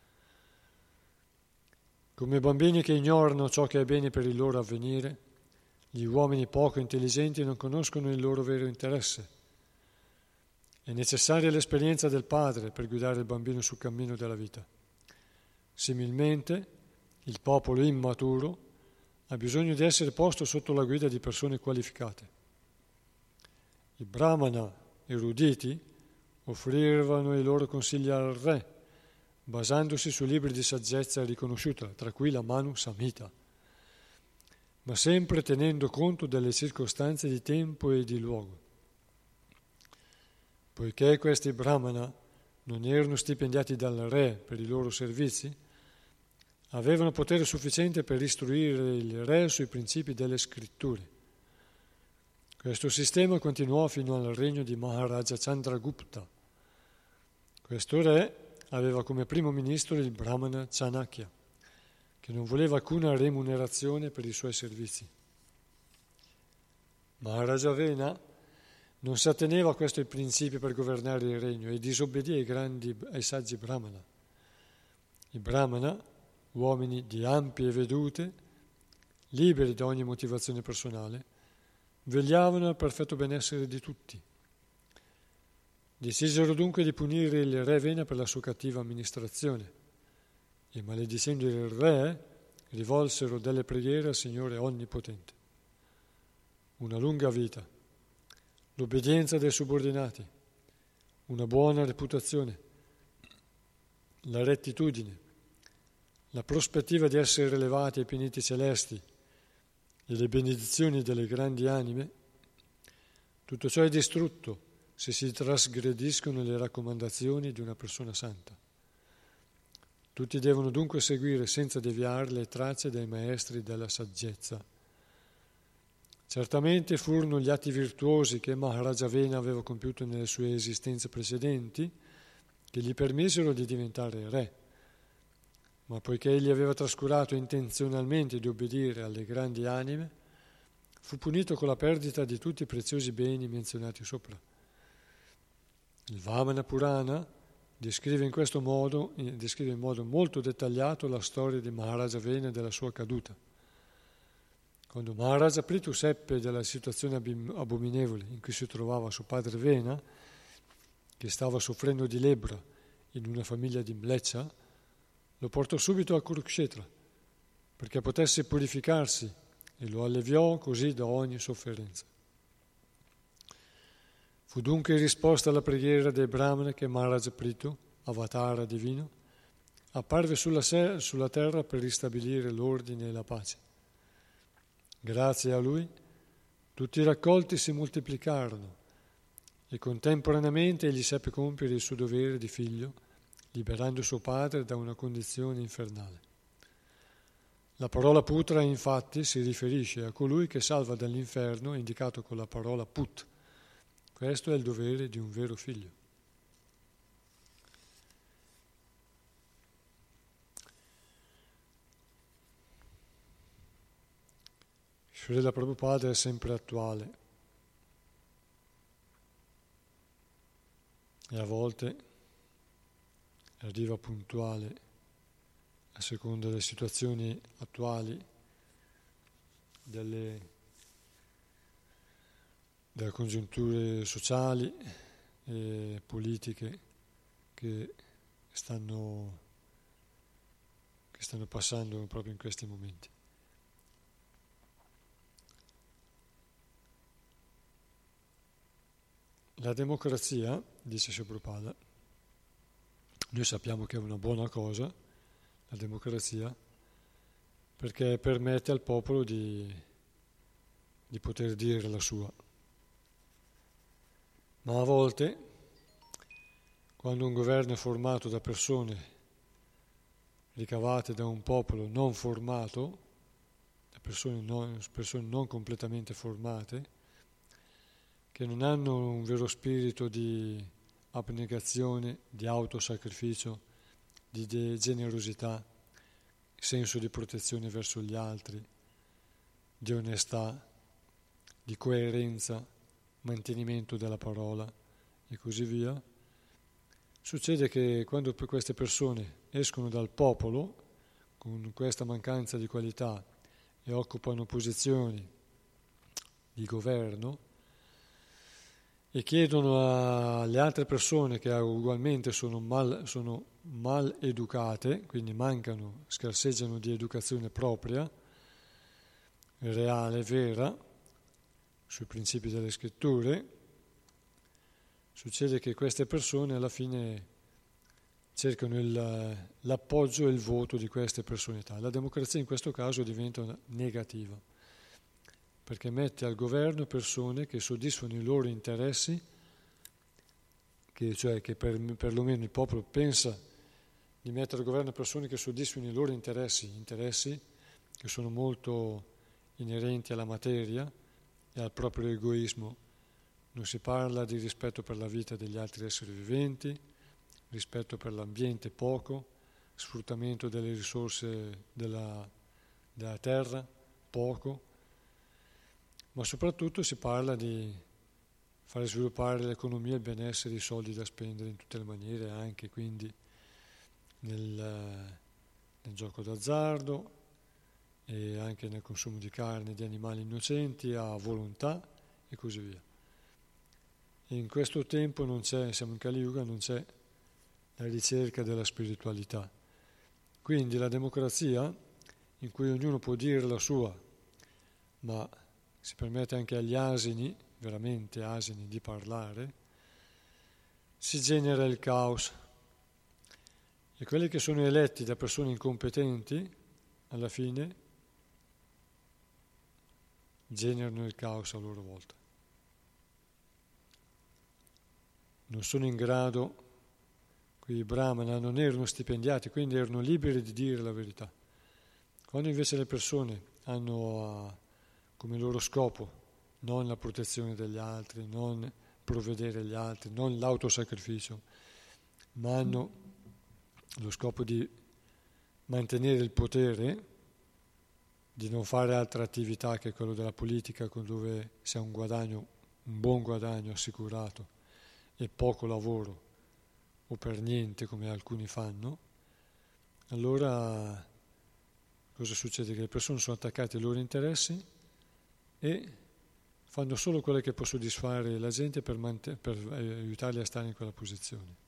A: Come bambini che ignorano ciò che è bene per il loro avvenire, gli uomini poco intelligenti non conoscono il loro vero interesse. È necessaria l'esperienza del padre per guidare il bambino sul cammino della vita. Similmente, il popolo immaturo ha bisogno di essere posto sotto la guida di persone qualificate. I Brahmana eruditi offrivano i loro consigli al re, basandosi su libri di saggezza riconosciuta, tra cui la Manu Samhita, ma sempre tenendo conto delle circostanze di tempo e di luogo. Poiché questi Brahmana non erano stipendiati dal re per i loro servizi, avevano potere sufficiente per istruire il re sui principi delle scritture. Questo sistema continuò fino al regno di Maharaja Chandragupta. Questo re aveva come primo ministro il Brahmana Chanakya, che non voleva alcuna remunerazione per i suoi servizi. Maharaja Vena non si atteneva a questi principi per governare il regno e disobbedì ai grandi, ai saggi Brahmana. I Brahmana, uomini di ampie vedute, liberi da ogni motivazione personale, vegliavano al perfetto benessere di tutti. Decisero dunque di punire il re Vena per la sua cattiva amministrazione e, maledicendo il re, rivolsero delle preghiere al Signore Onnipotente. Una lunga vita, l'obbedienza dei subordinati, una buona reputazione, la rettitudine, la prospettiva di essere elevati ai pianeti celesti e le benedizioni delle grandi anime, tutto ciò è distrutto se si trasgrediscono le raccomandazioni di una persona santa. Tutti devono dunque seguire senza deviare le tracce dei maestri della saggezza. Certamente furono gli atti virtuosi che Maharaja Vena aveva compiuto nelle sue esistenze precedenti che gli permisero di diventare re, ma poiché egli aveva trascurato intenzionalmente di obbedire alle grandi anime, fu punito con la perdita di tutti i preziosi beni menzionati sopra. Il Vamana Purana descrive in questo modo, descrive in modo molto dettagliato la storia di Maharaja Vena e della sua caduta. Quando Maharaja Prithu seppe della situazione abominevole in cui si trovava suo padre Vena, che stava soffrendo di lebbra in una famiglia di Mleccia, lo portò subito a Kurukshetra perché potesse purificarsi e lo alleviò così da ogni sofferenza. Fu dunque in risposta alla preghiera del Brahmana che Maharaj Prithu, avatara divino, apparve sulla, se- sulla terra per ristabilire l'ordine e la pace. Grazie a lui, tutti i raccolti si moltiplicarono e contemporaneamente egli seppe compiere il suo dovere di figlio, liberando suo padre da una condizione infernale. La parola putra, infatti, si riferisce a colui che salva dall'inferno, indicato con la parola put. Questo è il dovere di un vero figlio. Srila Prabhupada è sempre attuale e a volte arriva puntuale a seconda delle situazioni attuali, delle, delle congiunture sociali e politiche che stanno, che stanno passando proprio in questi momenti. La democrazia, dice Srila Prabhupada, noi sappiamo che è una buona cosa, la democrazia, perché permette al popolo di, di poter dire la sua. Ma a volte, quando un governo è formato da persone ricavate da un popolo non formato, da persone non, persone non completamente formate, che non hanno un vero spirito di abnegazione, di autosacrificio, di de- generosità, senso di protezione verso gli altri, di onestà, di coerenza, mantenimento della parola e così via. Succede che quando queste persone escono dal popolo con questa mancanza di qualità e occupano posizioni di governo, e chiedono alle altre persone che ugualmente sono mal, sono mal educate, quindi mancano, scarseggiano di educazione propria, reale, vera, sui principi delle scritture, succede che queste persone alla fine cercano il, l'appoggio e il voto di queste personalità. La democrazia in questo caso diventa negativa, perché mette al governo persone che soddisfano i loro interessi, che, cioè che per, perlomeno il popolo pensa di mettere al governo persone che soddisfano i loro interessi, interessi che sono molto inerenti alla materia e al proprio egoismo. Non si parla di rispetto per la vita degli altri esseri viventi, rispetto per l'ambiente poco, sfruttamento delle risorse della, della terra poco, ma soprattutto si parla di fare sviluppare l'economia e il benessere, i soldi da spendere in tutte le maniere, anche quindi nel, nel gioco d'azzardo e anche nel consumo di carne di animali innocenti a volontà e così via. E in questo tempo non c'è, siamo in Kali Yuga, non c'è la ricerca della spiritualità. Quindi la democrazia, in cui ognuno può dire la sua, ma si permette anche agli asini, veramente asini, di parlare, si genera il caos. E quelli che sono eletti da persone incompetenti, alla fine, generano il caos a loro volta. Non sono in grado, qui i Brahmana non erano stipendiati, quindi erano liberi di dire la verità. Quando invece le persone hanno a come loro scopo non la protezione degli altri, non provvedere agli altri, non l'autosacrificio, ma hanno lo scopo di mantenere il potere, di non fare altra attività che quello della politica, dove si ha un guadagno, un buon guadagno assicurato e poco lavoro o per niente come alcuni fanno, allora cosa succede? Che le persone sono attaccate ai loro interessi e fanno solo quello che può soddisfare la gente per, mant- per aiutarli a stare in quella posizione.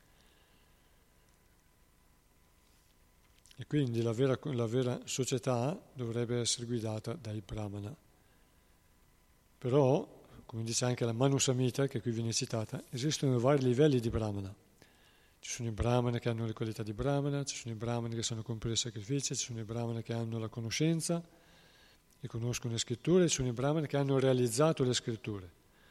A: E quindi la vera, la vera società dovrebbe essere guidata dai Brahmana. Però come dice anche la Manu Samhita, che qui viene citata, esistono vari livelli di Brahmana. Ci sono i Brahmana che hanno le qualità di Brahmana, ci sono i Brahmana che sanno compiere i sacrifici, ci sono i Brahmana che hanno la conoscenza e conoscono le scritture, ci sono i Brahmana che hanno realizzato le scritture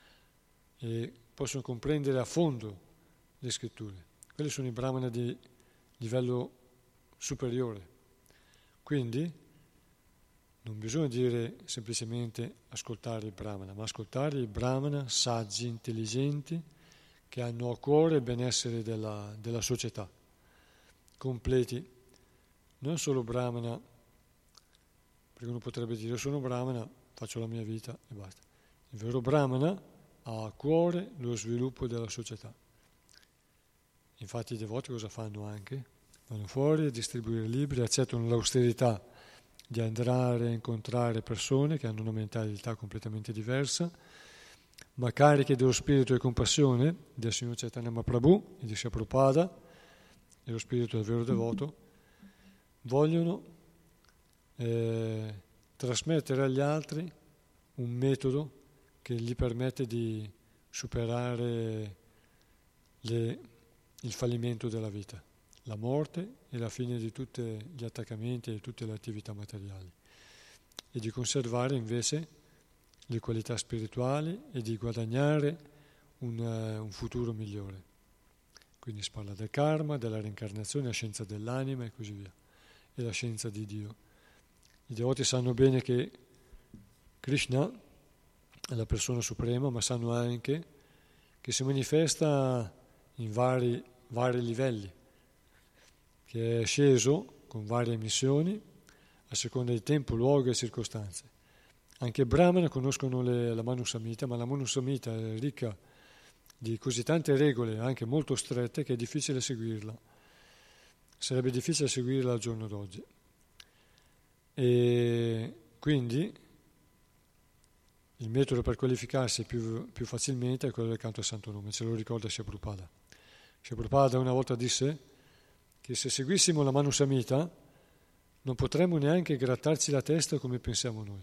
A: e possono comprendere a fondo le scritture. Quelli sono i Brahmana di livello superiore. Quindi non bisogna dire semplicemente ascoltare il Brahmana, ma ascoltare i Brahmana saggi, intelligenti, che hanno a cuore il benessere della, della società, completi, non solo Brahmana, perché uno potrebbe dire sono Brahmana, faccio la mia vita e basta. Il vero Brahmana ha a cuore lo sviluppo della società. Infatti i devoti cosa fanno anche? Vanno fuori a distribuire libri, accettano l'austerità di andare a incontrare persone che hanno una mentalità completamente diversa, ma cariche dello spirito e compassione del Signor Chaitanya Mahaprabhu e di Srila Prabhupada, e lo spirito del vero devoto, vogliono eh, trasmettere agli altri un metodo che gli permette di superare le, il fallimento della vita, la morte e la fine di tutti gli attaccamenti e di tutte le attività materiali, e di conservare invece le qualità spirituali e di guadagnare un, uh, un futuro migliore. Quindi si parla del karma, della reincarnazione, la scienza dell'anima e così via, e la scienza di Dio. I devoti sanno bene che Krishna è la persona suprema, ma sanno anche che si manifesta in vari, vari livelli, che è sceso con varie missioni a seconda di tempo, luogo e circostanze. Anche Brahmana conoscono le, la Manu Samhita, ma la Manu Samhita è ricca di così tante regole, anche molto strette, che è difficile seguirla. Sarebbe difficile seguirla al giorno d'oggi. E quindi il metodo per qualificarsi più, più facilmente è quello del canto al Santo Nome, ce lo ricorda Srila Prabhupada. Srila Prabhupada una volta disse che se seguissimo la Manu Samhita non potremmo neanche grattarci la testa come pensiamo noi.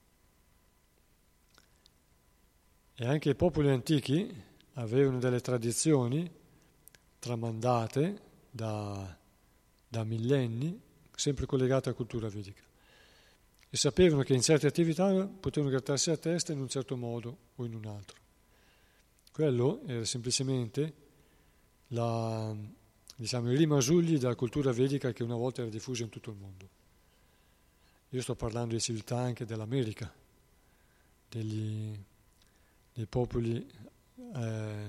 A: E anche i popoli antichi avevano delle tradizioni tramandate da, da millenni, sempre collegate alla cultura vedica. E sapevano che in certe attività potevano grattarsi la testa in un certo modo o in un altro. Quello era semplicemente la, diciamo, i rimasugli della cultura vedica che una volta era diffusa in tutto il mondo. Io sto parlando di civiltà anche dell'America, degli, dei popoli eh,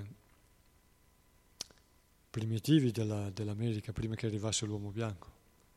A: primitivi della, dell'America, prima che arrivasse l'uomo bianco.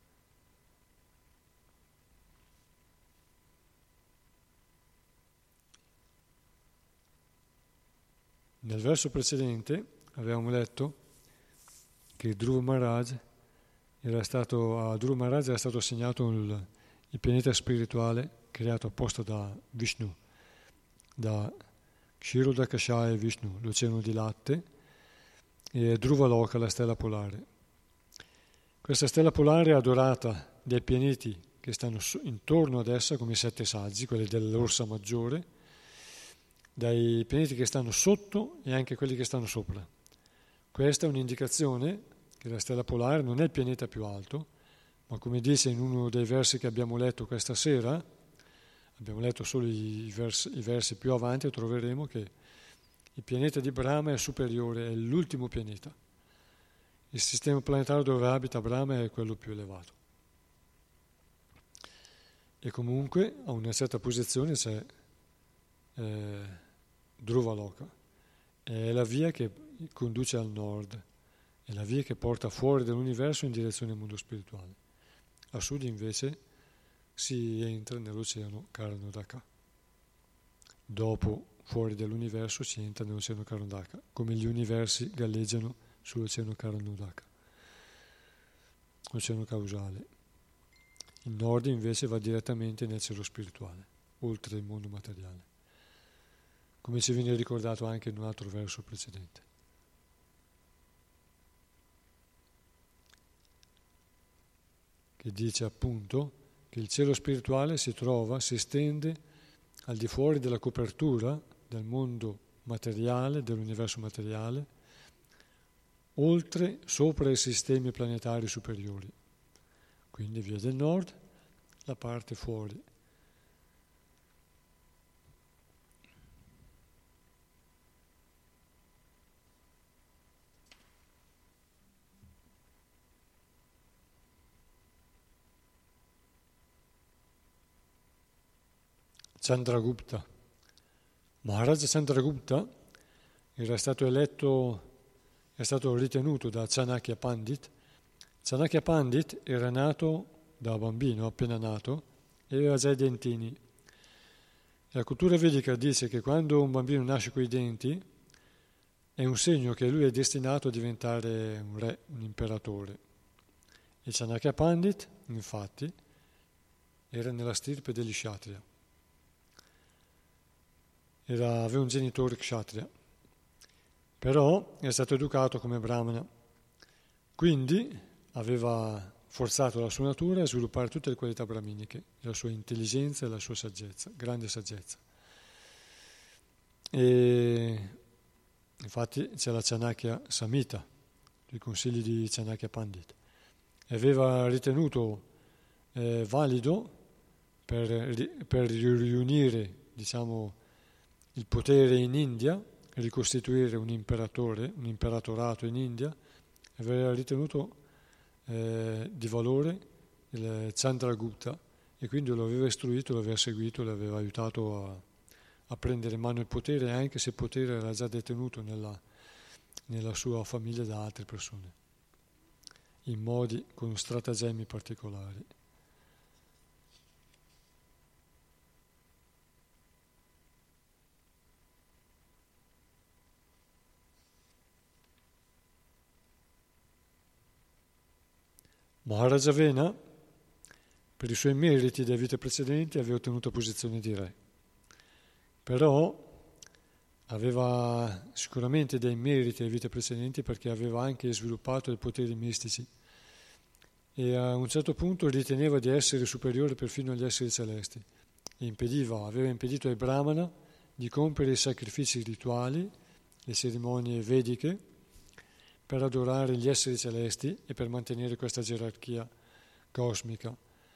A: Nel verso precedente avevamo letto che Dhruva Maharaj era stato, a Dhruva Maharaj era stato assegnato il, il pianeta spirituale creato apposta da Vishnu, da Kshirodakashaya Vishnu, l'oceano di latte, e Dhruva Loka, la stella polare. Questa stella polare è adorata dai pianeti che stanno intorno ad essa, come i sette saggi, quelli dell'Orsa Maggiore, dai pianeti che stanno sotto e anche quelli che stanno sopra. Questa è un'indicazione che la stella polare non è il pianeta più alto, ma come dice in uno dei versi che abbiamo letto questa sera, abbiamo letto solo i versi, i versi più avanti, e troveremo che il pianeta di Brahma è superiore, è l'ultimo pianeta. Il sistema planetario dove abita Brahma è quello più elevato. E comunque a una certa posizione c'è eh, Dhruva Loka, è la via che conduce al nord, è la via che porta fuori dall'universo in direzione al mondo spirituale. A sud invece si entra nell'oceano Karanodaka. Dopo, fuori dall'universo, si entra nell'oceano Karanodaka, come gli universi galleggiano sull'oceano Karanodaka, oceano causale. Il nord invece va direttamente nel cielo spirituale, oltre il mondo materiale, come ci viene ricordato anche in un altro verso precedente. Che dice appunto che il cielo spirituale si trova, si estende al di fuori della copertura del mondo materiale, dell'universo materiale, oltre, sopra i sistemi planetari superiori. Quindi via del nord, la parte fuori. Chandragupta. Maharaj Chandragupta era stato eletto, è stato ritenuto da Chanakya Pandit. Chanakya Pandit era nato da bambino, appena nato, e aveva già i dentini. La cultura vedica dice che quando un bambino nasce coi denti è un segno che lui è destinato a diventare un re, un imperatore. E Chanakya Pandit, infatti, era nella stirpe degli Kshatriya. Era, aveva un genitore kshatriya, però è stato educato come brahmana, quindi aveva forzato la sua natura a sviluppare tutte le qualità brahminiche, la sua intelligenza e la sua saggezza, grande saggezza. E infatti c'è la Chanakya Samhita, i consigli di Chanakya Pandit, e aveva ritenuto eh, valido per, per riunire, diciamo, il potere in India, ricostituire un imperatore, un imperatorato in India, aveva ritenuto eh, di valore il Chandragupta e quindi lo aveva istruito, lo aveva seguito, lo aveva aiutato a, a prendere in mano il potere, anche se il potere era già detenuto nella, nella sua famiglia da altre persone, in modi con stratagemmi particolari. Maharaja Vena, per i suoi meriti delle vite precedenti, aveva ottenuto posizione di re, però aveva sicuramente dei meriti delle vite precedenti perché aveva anche sviluppato dei poteri mistici e a un certo punto riteneva di essere superiore perfino agli esseri celesti e impediva, aveva impedito ai brahmana di compiere i sacrifici rituali, le cerimonie vediche, per adorare gli esseri celesti e per mantenere questa gerarchia cosmica.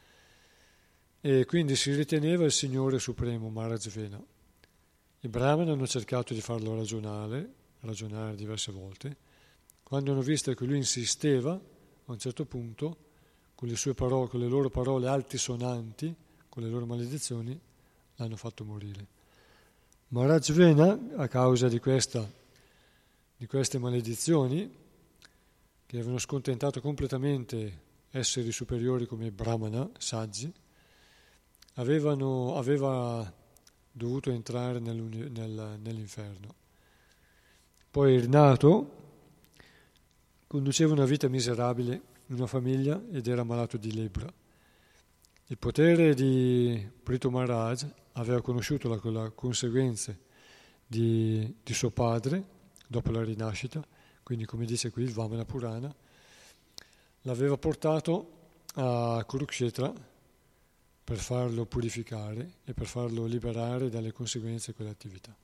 A: E quindi si riteneva il Signore Supremo, Maharaj Vena. I Brahmana hanno cercato di farlo ragionare, ragionare diverse volte. Quando hanno visto che lui insisteva, a un certo punto, con le sue parole, con le loro parole altisonanti, con le loro maledizioni, l'hanno fatto morire. Maharaj Vena, a causa di questa, di queste maledizioni, che avevano scontentato completamente esseri superiori come i Brahmana, saggi, avevano, aveva dovuto entrare nel, nell'inferno. Poi rinato, conduceva una vita miserabile in una famiglia ed era malato di lebbra. Il potere di Prithu Maharaj aveva conosciuto la, la conseguenze di, di suo padre dopo la rinascita, quindi come dice qui il Vamana Purana, l'aveva portato a Kurukshetra per farlo purificare e per farlo liberare dalle conseguenze di quelle attività.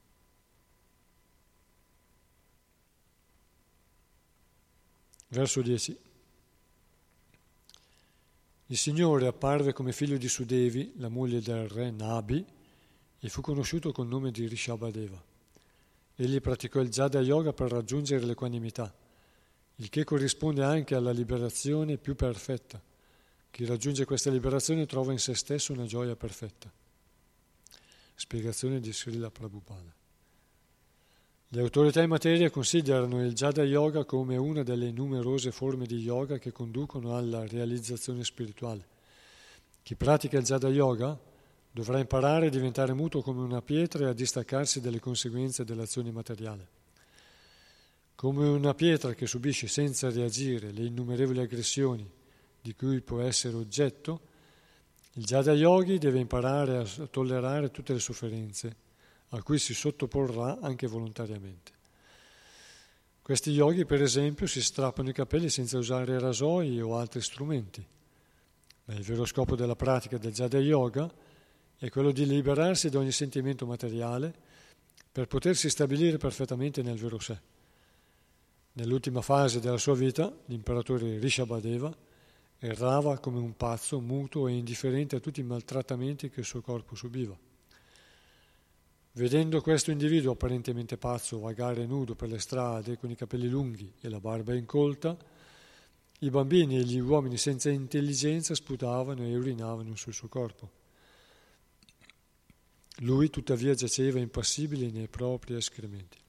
A: Verso dieci. Il Signore apparve come figlio di Sudevi, la moglie del re Nabi, e fu conosciuto col nome di Rishabhadeva. Egli praticò il Jada Yoga per raggiungere l'equanimità, il che corrisponde anche alla liberazione più perfetta. Chi raggiunge questa liberazione trova in se stesso una gioia perfetta. Spiegazione di Srila Prabhupada. Le autorità in materia considerano il Jada Yoga come una delle numerose forme di yoga che conducono alla realizzazione spirituale. Chi pratica il Jada Yoga dovrà imparare a diventare muto come una pietra e a distaccarsi dalle conseguenze dell'azione materiale. Come una pietra che subisce senza reagire le innumerevoli aggressioni di cui può essere oggetto, il Jada Yogi deve imparare a tollerare tutte le sofferenze a cui si sottoporrà anche volontariamente. Questi yogi, per esempio, si strappano i capelli senza usare rasoi o altri strumenti. Ma il vero scopo della pratica del Jada Yoga è quello di liberarsi da ogni sentimento materiale per potersi stabilire perfettamente nel vero sé. Nell'ultima fase della sua vita, l'imperatore Rishabhadeva errava come un pazzo, muto e indifferente a tutti i maltrattamenti che il suo corpo subiva. Vedendo questo individuo apparentemente pazzo vagare nudo per le strade con i capelli lunghi e la barba incolta, i bambini e gli uomini senza intelligenza sputavano e urinavano sul suo corpo. Lui tuttavia giaceva impassibile nei propri escrementi.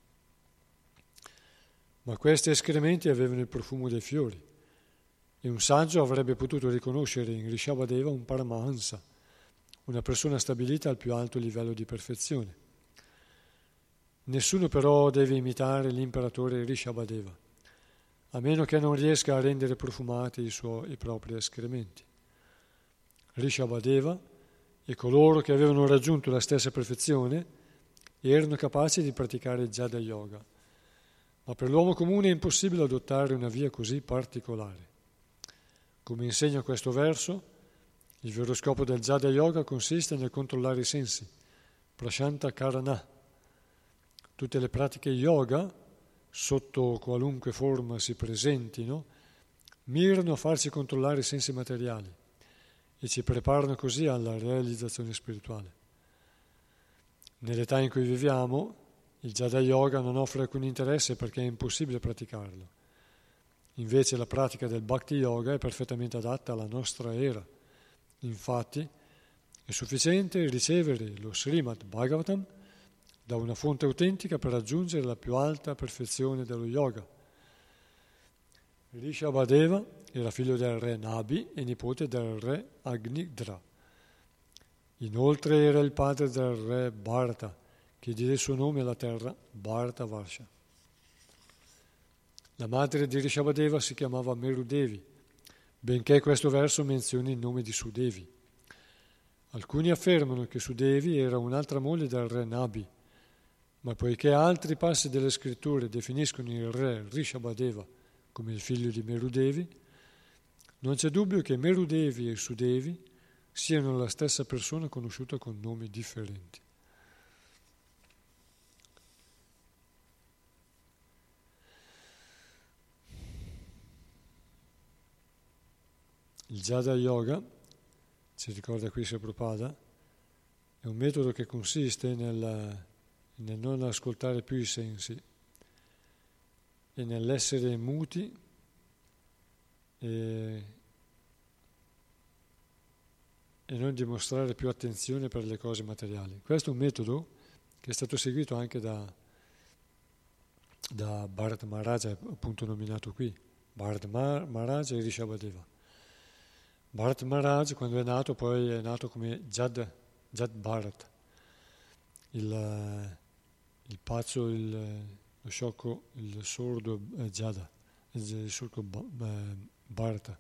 A: Ma questi escrementi avevano il profumo dei fiori e un saggio avrebbe potuto riconoscere in Rishabhadeva un Paramahansa, una persona stabilita al più alto livello di perfezione. Nessuno però deve imitare l'imperatore Rishabhadeva, a meno che non riesca a rendere profumati i suoi i propri escrementi. Rishabhadeva e coloro che avevano raggiunto la stessa perfezione erano capaci di praticare Jada Yoga, ma per l'uomo comune è impossibile adottare una via così particolare. Come insegna questo verso, il vero scopo del Jada Yoga consiste nel controllare i sensi, prashanta karana. Tutte le pratiche yoga, sotto qualunque forma si presentino, mirano a farci controllare i sensi materiali e ci preparano così alla realizzazione spirituale. Nell'età in cui viviamo, il Jada Yoga non offre alcun interesse perché è impossibile praticarlo. Invece la pratica del Bhakti Yoga è perfettamente adatta alla nostra era. Infatti, è sufficiente ricevere lo Srimad Bhagavatam da una fonte autentica per raggiungere la più alta perfezione dello yoga. Rishabhadeva era figlio del re Nabi e nipote del re Agnidra. Inoltre era il padre del re Bharata, che diede il suo nome alla terra Bharatavarsha. La madre di Rishabhadeva si chiamava Merudevi, benché questo verso menzioni il nome di Sudevi. Alcuni affermano che Sudevi era un'altra moglie del re Nabi, ma poiché altri passi delle scritture definiscono il re Rishabhadeva come il figlio di Merudevi, non c'è dubbio che Merudevi e Sudevi siano la stessa persona conosciuta con nomi differenti. Il Jada Yoga, ci ricorda qui Sri Prabhupada, è un metodo che consiste nel, nel non ascoltare più i sensi e nell'essere muti e, e non dimostrare più attenzione per le cose materiali. Questo è un metodo che è stato seguito anche da, da Bharat Maharaja, appunto nominato qui, Bharat Maharaja e Rishabhadeva. Bharat Maharaj, quando è nato, poi è nato come Jad, Jad Bharat, il, il pazzo, il, lo sciocco, il sordo eh, Jada, il sordo eh, Bharata.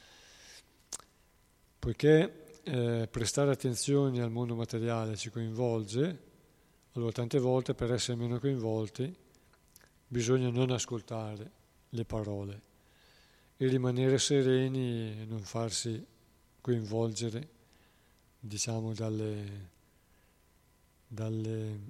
A: Poiché eh, prestare attenzione al mondo materiale ci coinvolge, allora tante volte per essere meno coinvolti bisogna non ascoltare le parole e rimanere sereni e non farsi coinvolgere, diciamo, dalle, dalle,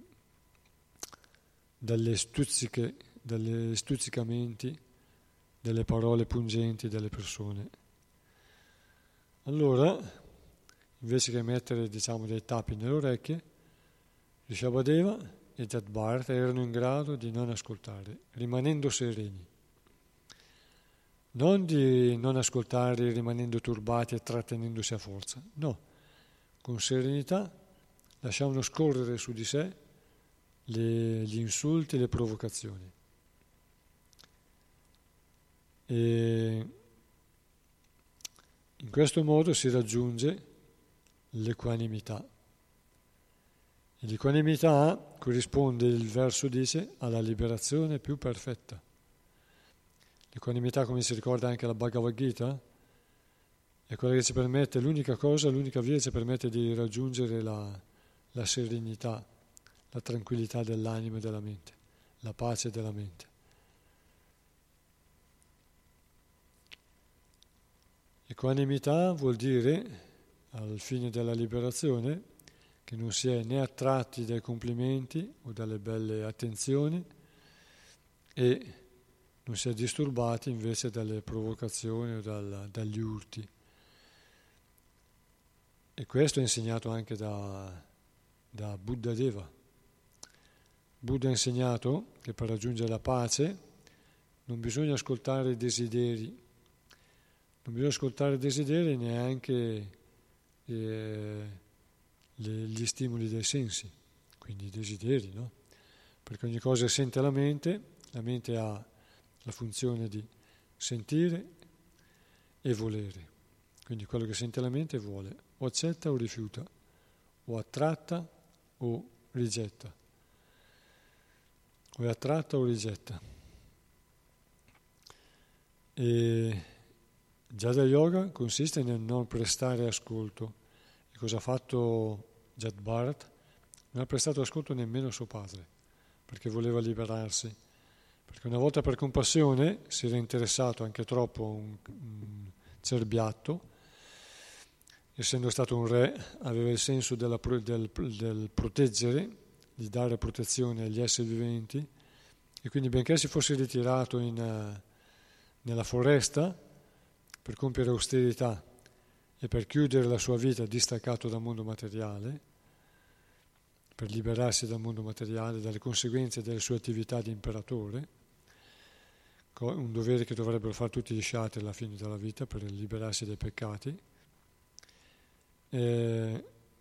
A: dalle stuzziche, dalle stuzzicamenti, delle parole pungenti delle persone. Allora, invece che mettere, diciamo, dei tappi nelle orecchie, Rishabhadeva e Jad Bharata erano in grado di non ascoltare, rimanendo sereni. Non di non ascoltare rimanendo turbati e trattenendosi a forza, no, con serenità lasciavano scorrere su di sé le, gli insulti e le provocazioni. E in questo modo si raggiunge l'equanimità. E l'equanimità corrisponde, il verso dice, alla liberazione più perfetta. L'equanimità, come si ricorda anche la Bhagavad Gita, è quella che ci permette, l'unica cosa, l'unica via che ci permette di raggiungere la, la serenità, la tranquillità dell'anima e della mente, la pace della mente. Equanimità vuol dire, al fine della liberazione, che non si è né attratti dai complimenti o dalle belle attenzioni e non si è disturbati invece dalle provocazioni o dal, dagli urti. E questo è insegnato anche da, da Buddha Deva. Buddha ha insegnato che per raggiungere la pace non bisogna ascoltare i desideri, non bisogna ascoltare i desideri neanche eh, le, gli stimoli dei sensi, quindi i desideri, no? Perché ogni cosa che sente la mente, la mente ha la funzione di sentire e volere. Quindi quello che sente la mente vuole, o accetta o rifiuta, o attratta o rigetta, o è attratta o rigetta. E Jada Yoga consiste nel non prestare ascolto. E cosa ha fatto Jad Bharat? Non ha prestato ascolto nemmeno a suo padre, perché voleva liberarsi. Perché una volta per compassione si era interessato anche troppo a un, un cerbiatto. Essendo stato un re, aveva il senso della, del, del proteggere, di dare protezione agli esseri viventi, e quindi benché si fosse ritirato in, nella foresta per compiere austerità e per chiudere la sua vita distaccato dal mondo materiale, per liberarsi dal mondo materiale, dalle conseguenze delle sue attività di imperatore, un dovere che dovrebbero fare tutti gli sciatri alla fine della vita per liberarsi dai peccati. Eh,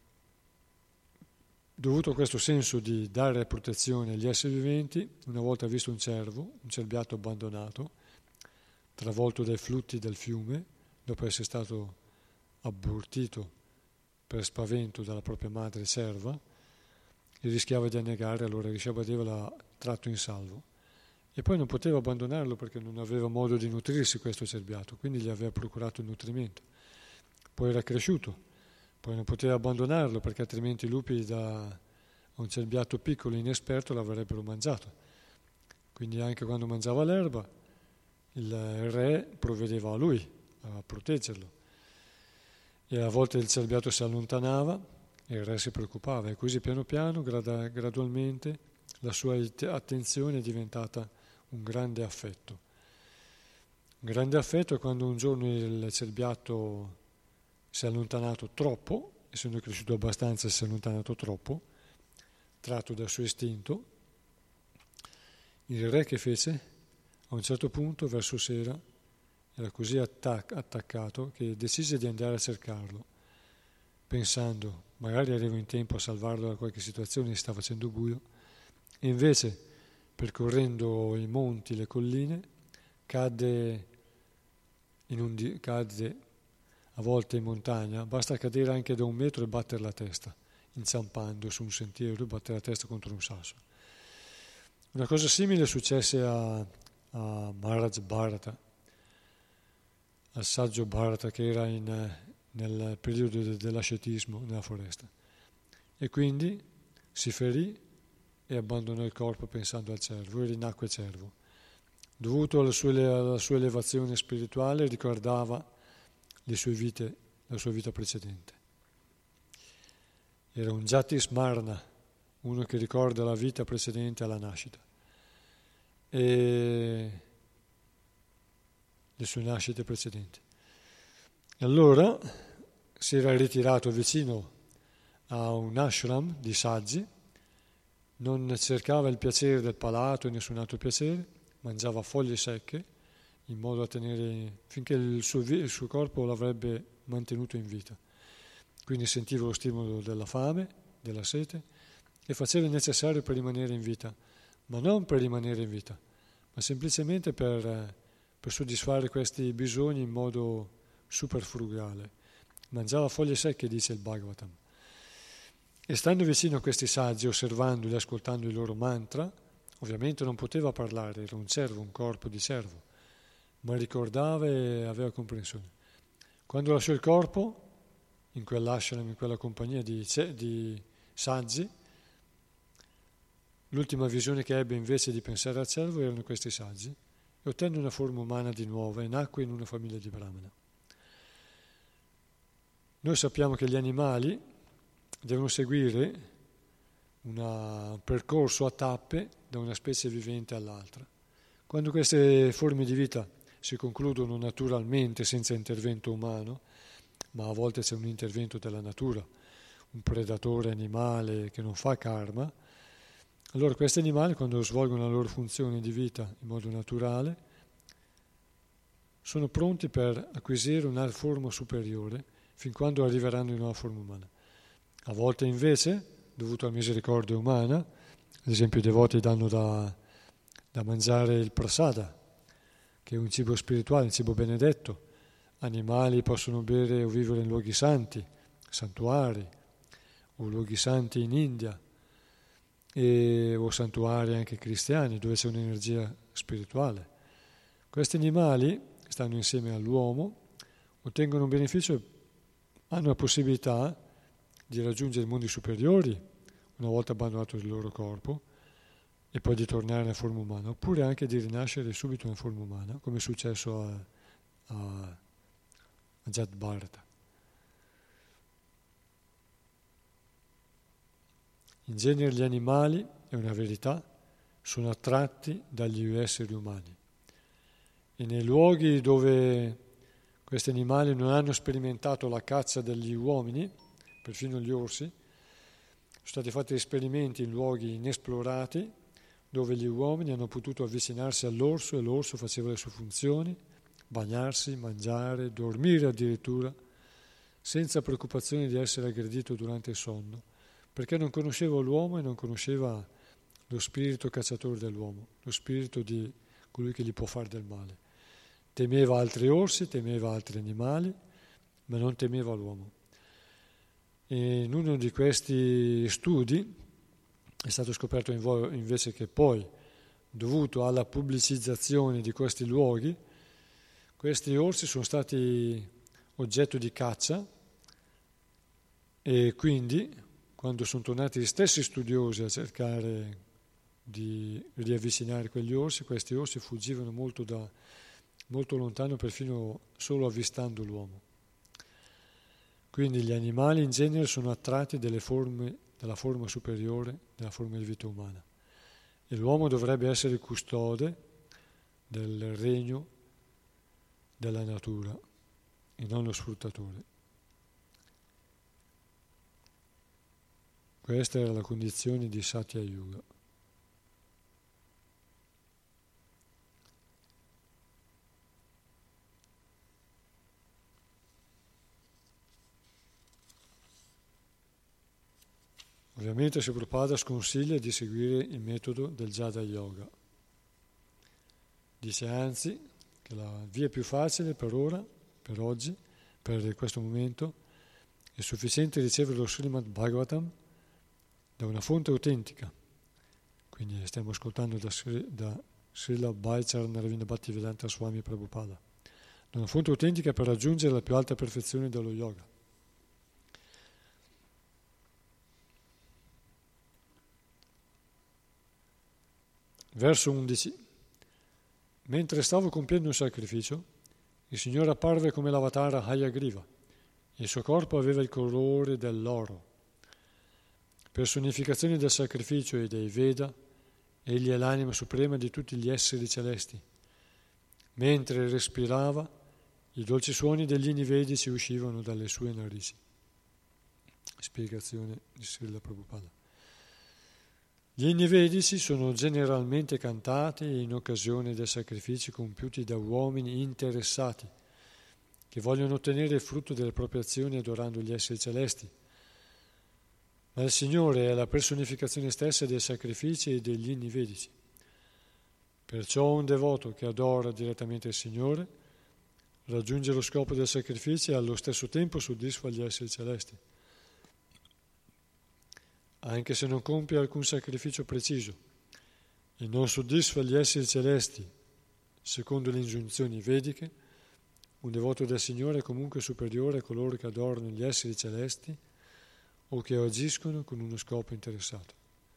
A: dovuto a questo senso di dare protezione agli esseri viventi, una volta visto un cervo, un cerbiatto abbandonato, travolto dai flutti del fiume, dopo essere stato abortito per spavento dalla propria madre cerva, e rischiava di annegare, allora Rishabhadeva l'ha tratto in salvo. E poi non poteva abbandonarlo perché non aveva modo di nutrirsi questo cerbiatto, quindi gli aveva procurato il nutrimento. Poi era cresciuto. Poi non poteva abbandonarlo perché altrimenti i lupi da un cerbiatto piccolo inesperto l'avrebbero mangiato. Quindi anche quando mangiava l'erba il re provvedeva a lui a proteggerlo. E a volte il cerbiatto si allontanava e il re si preoccupava, e così piano piano, grada, gradualmente, la sua attenzione è diventata un grande affetto. Un grande affetto è quando un giorno il cerbiatto si è allontanato troppo, essendo cresciuto abbastanza si è allontanato troppo, tratto dal suo istinto. Il re che fece? A un certo punto, verso sera, era così attac- attaccato che decise di andare a cercarlo, pensando, magari arrivo in tempo a salvarlo da qualche situazione, si sta facendo buio, e invece, percorrendo i monti, le colline, cadde, in un di- cadde a volte in montagna, basta cadere anche da un metro e battere la testa, inciampando su un sentiero e battere la testa contro un sasso. Una cosa simile successe a, a Maharaj Bharata, al saggio Bharata che era in, nel periodo de, dell'ascetismo nella foresta. E quindi si ferì e abbandonò il corpo pensando al cervo e rinacque cervo. Dovuto alla sua, alla sua elevazione spirituale ricordava le sue vite, la sua vita precedente. Era un Jati Smarna, uno che ricorda la vita precedente alla nascita e le sue nascite precedenti. Allora si era ritirato vicino a un ashram di saggi, non cercava il piacere del palato e nessun altro piacere, mangiava foglie secche in modo a tenere, finché il suo, il suo corpo l'avrebbe mantenuto in vita. Quindi sentiva lo stimolo della fame, della sete, e faceva il necessario per rimanere in vita, ma non per rimanere in vita, ma semplicemente per, per soddisfare questi bisogni in modo super frugale. Mangiava foglie secche, dice il Bhagavatam. E stando vicino a questi saggi, osservandoli, ascoltando i loro mantra, ovviamente non poteva parlare, era un cervo, un corpo di cervo, ma ricordava e aveva comprensione. Quando lasciò il corpo, in quell'ashram, in quella compagnia di, di saggi, l'ultima visione che ebbe invece di pensare al cervo erano questi saggi, e ottenne una forma umana di nuovo e nacque in una famiglia di Brahmana. Noi sappiamo che gli animali devono seguire una, un percorso a tappe da una specie vivente all'altra. Quando queste forme di vita si concludono naturalmente senza intervento umano, ma a volte c'è un intervento della natura, un predatore animale che non fa karma, allora questi animali, quando svolgono la loro funzione di vita in modo naturale, sono pronti per acquisire una forma superiore fin quando arriveranno in una forma umana. A volte invece, dovuto alla misericordia umana, ad esempio i devoti danno da, da mangiare il prasada, che è un cibo spirituale, un cibo benedetto. Animali possono bere o vivere in luoghi santi, santuari, o luoghi santi in India, e, o santuari anche cristiani, dove c'è un'energia spirituale. Questi animali stanno insieme all'uomo, ottengono un beneficio e hanno la possibilità di raggiungere mondi superiori una volta abbandonato il loro corpo e poi di tornare nella forma umana, oppure anche di rinascere subito nella forma umana, come è successo a, a, a Jad Bharata. In genere gli animali, è una verità, sono attratti dagli esseri umani e nei luoghi dove questi animali non hanno sperimentato la caccia degli uomini, perfino gli orsi, sono stati fatti esperimenti in luoghi inesplorati dove gli uomini hanno potuto avvicinarsi all'orso e l'orso faceva le sue funzioni, bagnarsi, mangiare, dormire addirittura, senza preoccupazione di essere aggredito durante il sonno, perché non conosceva l'uomo e non conosceva lo spirito cacciatore dell'uomo, lo spirito di colui che gli può fare del male. Temeva altri orsi, temeva altri animali, ma non temeva l'uomo. E in uno di questi studi è stato scoperto invece che poi, dovuto alla pubblicizzazione di questi luoghi, questi orsi sono stati oggetto di caccia e quindi, quando sono tornati gli stessi studiosi a cercare di riavvicinare quegli orsi, questi orsi fuggivano molto, da, molto lontano, perfino solo avvistando l'uomo. Quindi gli animali in genere sono attratti dalle forme, dalla forma superiore della forma di vita umana e l'uomo dovrebbe essere il custode del regno della natura e non lo sfruttatore. Questa era la condizione di Satya Yuga. Ovviamente Sri Prabhupada sconsiglia di seguire il metodo del Jada Yoga. Dice anzi che la via più facile per ora, per oggi, per questo momento, è sufficiente ricevere lo Srimad Bhagavatam da una fonte autentica. Quindi stiamo ascoltando da, Sri, da Srila Bhaicharan Aravinda Bhaktivedanta Swami Prabhupada, da una fonte autentica per raggiungere la più alta perfezione dello yoga. Verso undici. Mentre stavo compiendo un sacrificio, il Signore apparve come l'avatara Hayagriva. Il suo corpo aveva il colore dell'oro. Personificazione del sacrificio e dei Veda, egli è l'anima suprema di tutti gli esseri celesti. Mentre respirava, i dolci suoni degli inni vedici uscivano dalle sue narici. Spiegazione di Srila Prabhupada. Gli inni vedici sono generalmente cantati in occasione dei sacrifici compiuti da uomini interessati che vogliono ottenere il frutto delle proprie azioni adorando gli esseri celesti. Ma il Signore è la personificazione stessa dei sacrifici e degli inni vedici. Perciò un devoto che adora direttamente il Signore raggiunge lo scopo del sacrificio e allo stesso tempo soddisfa gli esseri celesti, anche se non compie alcun sacrificio preciso e non soddisfa gli esseri celesti secondo le ingiunzioni vediche. Un devoto del Signore è comunque superiore a coloro che adorano gli esseri celesti o che agiscono con uno scopo interessato.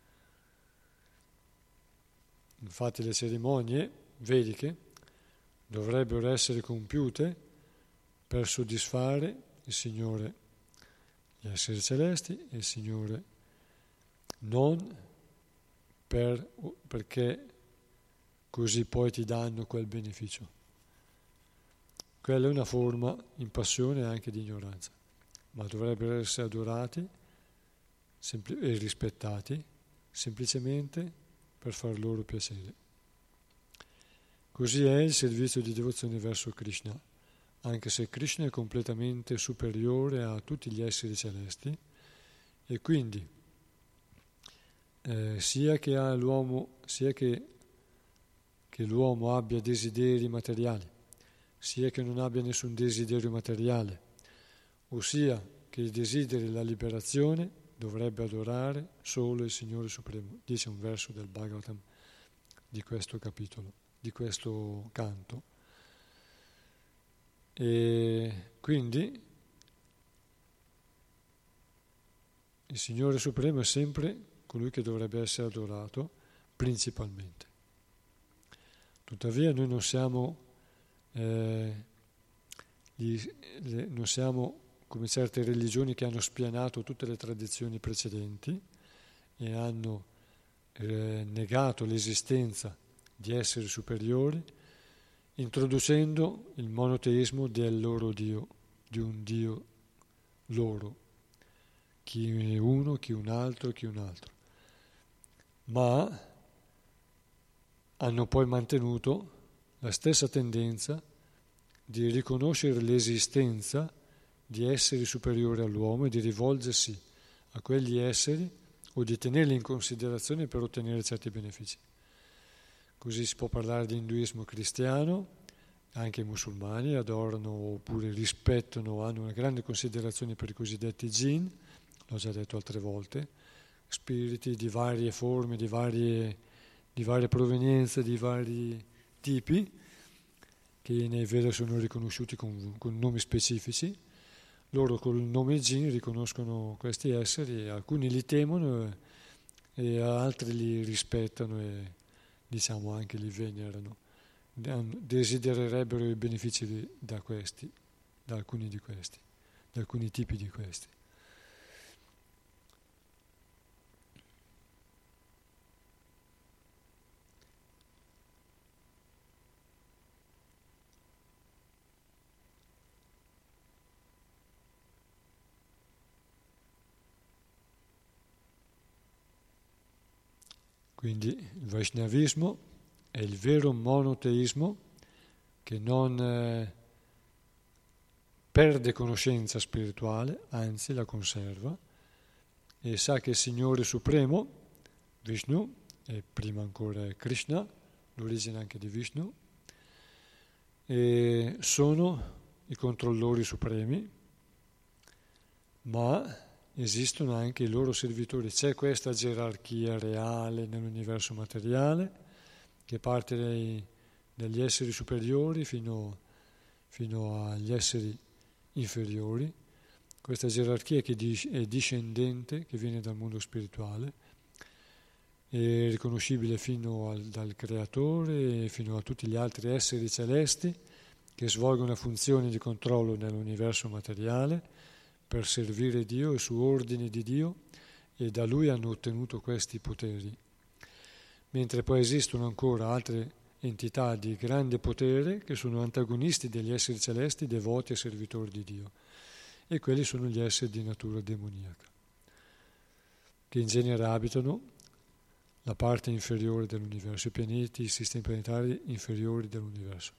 A: Infatti le cerimonie vediche dovrebbero essere compiute per soddisfare il Signore, gli esseri celesti e il Signore non per, perché così poi ti danno quel beneficio. Quella è una forma in passione anche di ignoranza, ma dovrebbero essere adorati sempli- e rispettati semplicemente per far loro piacere. Così è il servizio di devozione verso Krishna, anche se Krishna è completamente superiore a tutti gli esseri celesti e quindi eh, sia che ha l'uomo, sia che, che l'uomo abbia desideri materiali, sia che non abbia nessun desiderio materiale, ossia che desideri la liberazione, dovrebbe adorare solo il Signore Supremo, dice un verso del Bhagavatam di questo capitolo, di questo canto. E quindi il Signore Supremo è sempre colui che dovrebbe essere adorato principalmente. Tuttavia noi non siamo Eh, gli, le, non siamo come certe religioni che hanno spianato tutte le tradizioni precedenti e hanno eh, negato l'esistenza di esseri superiori, introducendo il monoteismo del loro Dio, di un Dio loro, chi uno, chi un altro, chi un altro. Ma hanno poi mantenuto la stessa tendenza di riconoscere l'esistenza di esseri superiori all'uomo e di rivolgersi a quegli esseri o di tenerli in considerazione per ottenere certi benefici. Così si può parlare di induismo cristiano, anche i musulmani adorano oppure rispettano, hanno una grande considerazione per i cosiddetti jinn, l'ho già detto altre volte, spiriti di varie forme, di varie, di varie provenienze, di vari tipi, che nei Veda sono riconosciuti con, con nomi specifici. Loro col nome jinn riconoscono questi esseri, e alcuni li temono e, e altri li rispettano e diciamo anche li venerano. Desidererebbero i benefici di, da questi, da alcuni di questi, da alcuni tipi di questi. Quindi il Vaishnavismo è il vero monoteismo che non eh, perde conoscenza spirituale, anzi la conserva, e sa che il Signore Supremo, Vishnu, e prima ancora è Krishna, l'origine anche di Vishnu, e sono i controllori supremi, ma esistono anche i loro servitori. C'è questa gerarchia reale nell'universo materiale che parte dai, dagli esseri superiori fino, fino agli esseri inferiori. Questa gerarchia che è discendente, che viene dal mondo spirituale, è riconoscibile fino al, dal Creatore e fino a tutti gli altri esseri celesti che svolgono funzioni di controllo nell'universo materiale per servire Dio e su ordine di Dio, e da Lui hanno ottenuto questi poteri. Mentre poi esistono ancora altre entità di grande potere che sono antagonisti degli esseri celesti, devoti e servitori di Dio, e quelli sono gli esseri di natura demoniaca, che in genere abitano la parte inferiore dell'universo, i pianeti, i sistemi planetari inferiori dell'universo.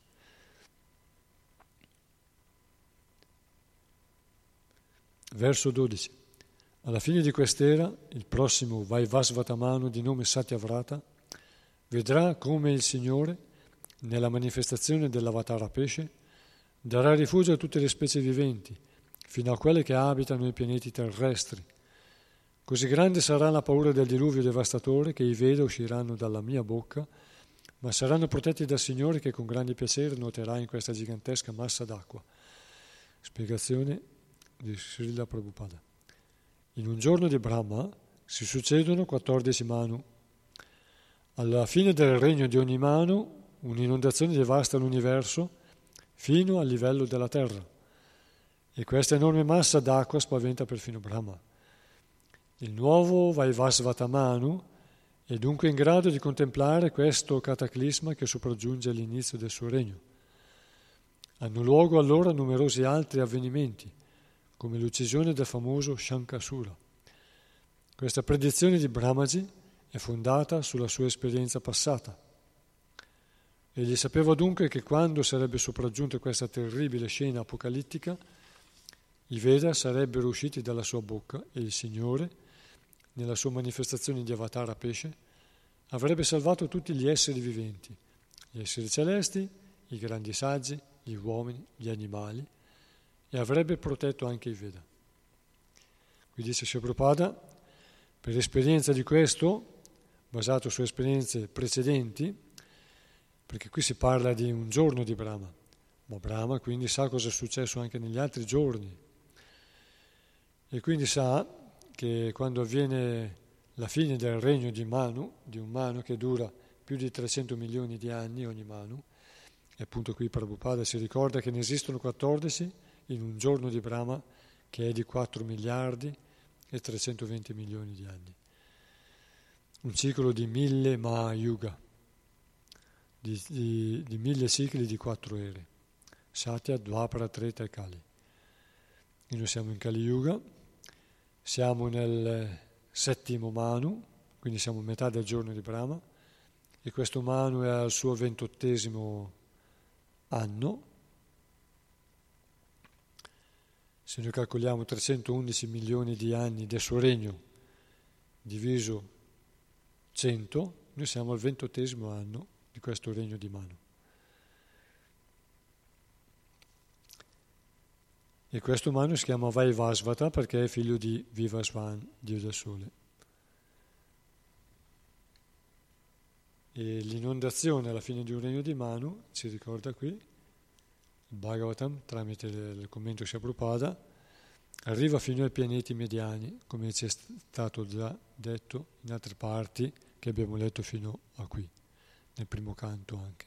A: Verso dodici. Alla fine di quest'era, il prossimo Vaivasvatamano di nome Satyavrata vedrà come il Signore, nella manifestazione dell'Avatara pesce, darà rifugio a tutte le specie viventi, fino a quelle che abitano i pianeti terrestri. Così grande sarà la paura del diluvio devastatore che i Veda usciranno dalla mia bocca, ma saranno protetti dal Signore che con grande piacere nuoterà in questa gigantesca massa d'acqua. Spiegazione di Srila Prabhupada. In un giorno di Brahma si succedono quattordici Manu. Alla fine del regno di ogni Manu, un'inondazione devasta l'universo fino al livello della terra, e questa enorme massa d'acqua spaventa perfino Brahma. Il nuovo Vaivasvata Manu è dunque in grado di contemplare questo cataclisma che sopraggiunge all'inizio del suo regno. Hanno luogo allora numerosi altri avvenimenti, come l'uccisione del famoso Shankasura. Questa predizione di Brahmaji è fondata sulla sua esperienza passata. Egli sapeva dunque che quando sarebbe sopraggiunta questa terribile scena apocalittica, i Veda sarebbero usciti dalla sua bocca e il Signore, nella sua manifestazione di Avatara Pesce, avrebbe salvato tutti gli esseri viventi, gli esseri celesti, i grandi saggi, gli uomini, gli animali, e avrebbe protetto anche i Veda. Qui dice Srila Prabhupada, per esperienza di questo, basato su esperienze precedenti, perché qui si parla di un giorno di Brahma, ma Brahma quindi sa cosa è successo anche negli altri giorni, e quindi sa che quando avviene la fine del regno di Manu, di un Manu che dura più di trecento milioni di anni ogni Manu, e appunto qui Prabhupada si ricorda che ne esistono quattordici in un giorno di Brahma che è di quattro miliardi e trecentoventi milioni di anni. Un ciclo di mille Mahayuga, di, di, di mille cicli di quattro ere, Satya, Dvapara, Treta e Kali. E noi siamo in Kali Yuga, siamo nel settimo Manu, quindi siamo a metà del giorno di Brahma, e questo Manu è al suo ventottesimo anno. Se noi calcoliamo trecentoundici milioni di anni del suo regno diviso cento, noi siamo al ventottesimo anno di questo regno di Manu. E questo Manu si chiama Vaivasvata perché è figlio di Vivasvan, dio del sole. E l'inondazione alla fine di un regno di Manu, ci ricorda qui, il Bhagavatam, tramite il commento Srila Prabhupada, arriva fino ai pianeti mediani, come ci è stato già detto in altre parti che abbiamo letto fino a qui, nel primo canto anche.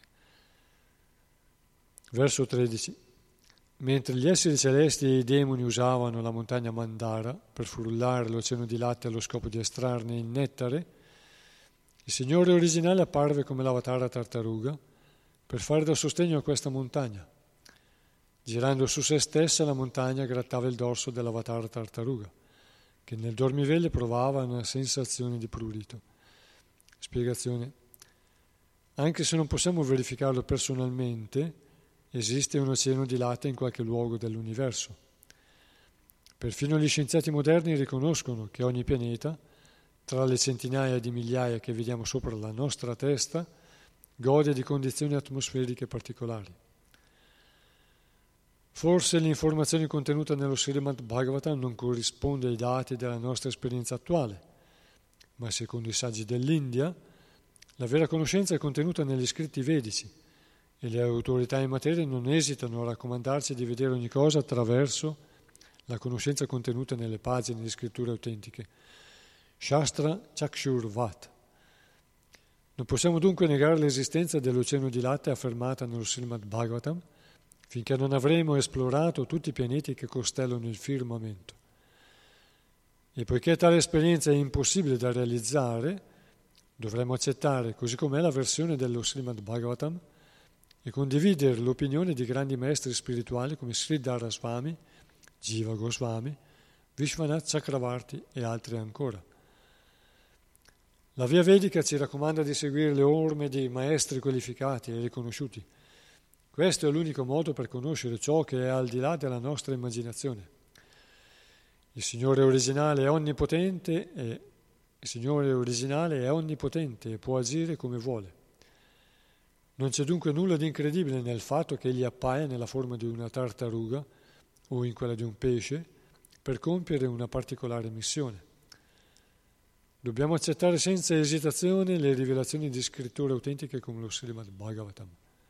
A: Verso tredici. Mentre gli esseri celesti e i demoni usavano la montagna Mandara per frullare l'oceano di latte allo scopo di estrarne il nettare, il Signore originale apparve come l'Avatara Tartaruga per fare da sostegno a questa montagna. Girando su se stessa, la montagna grattava il dorso dell'Avatara Tartaruga, che nel dormiveglia provava una sensazione di prurito. Spiegazione. Anche se non possiamo verificarlo personalmente, esiste un oceano di latte in qualche luogo dell'universo. Perfino gli scienziati moderni riconoscono che ogni pianeta, tra le centinaia di migliaia che vediamo sopra la nostra testa, gode di condizioni atmosferiche particolari. Forse l'informazione contenuta nello Srimad Bhagavatam non corrisponde ai dati della nostra esperienza attuale, ma secondo i saggi dell'India, la vera conoscenza è contenuta negli scritti vedici, e le autorità in materia non esitano a raccomandarci di vedere ogni cosa attraverso la conoscenza contenuta nelle pagine di scritture autentiche. Shastra Chakshurvat. Non possiamo dunque negare l'esistenza dell'oceano di latte affermata nello Srimad Bhagavatam finché non avremo esplorato tutti i pianeti che costellano il firmamento. E poiché tale esperienza è impossibile da realizzare, dovremo accettare così com'è la versione dello Srimad Bhagavatam e condividere l'opinione di grandi maestri spirituali come Sridhara Swami, Jiva Goswami, Vishwanath Chakravarti e altri ancora. La via vedica ci raccomanda di seguire le orme di maestri qualificati e riconosciuti. Questo è l'unico modo per conoscere ciò che è al di là della nostra immaginazione. Il Signore originale è onnipotente e il Signore originale è onnipotente e può agire come vuole. Non c'è dunque nulla di incredibile nel fatto che egli appaia nella forma di una tartaruga o in quella di un pesce per compiere una particolare missione. Dobbiamo accettare senza esitazione le rivelazioni di scritture autentiche come lo Srimad Bhagavatam.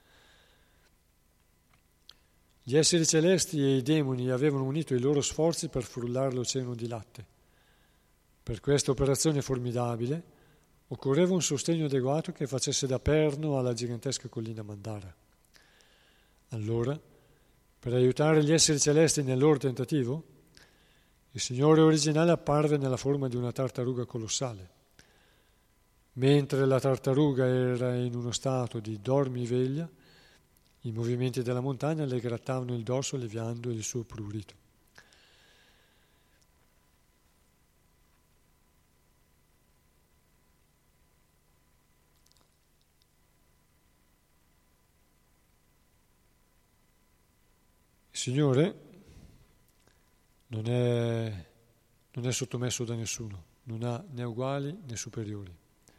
A: Gli esseri celesti e i demoni avevano unito i loro sforzi per frullare l'oceano di latte. Per questa operazione formidabile occorreva un sostegno adeguato che facesse da perno alla gigantesca collina Mandara. Allora, Per aiutare gli esseri celesti nel loro tentativo, il Signore originale apparve nella forma di una tartaruga colossale. Mentre la tartaruga era in uno stato di dormiveglia, i movimenti della montagna le grattavano il dorso alleviando il suo prurito. Il Signore non è, non è sottomesso da nessuno, non ha né uguali né superiori.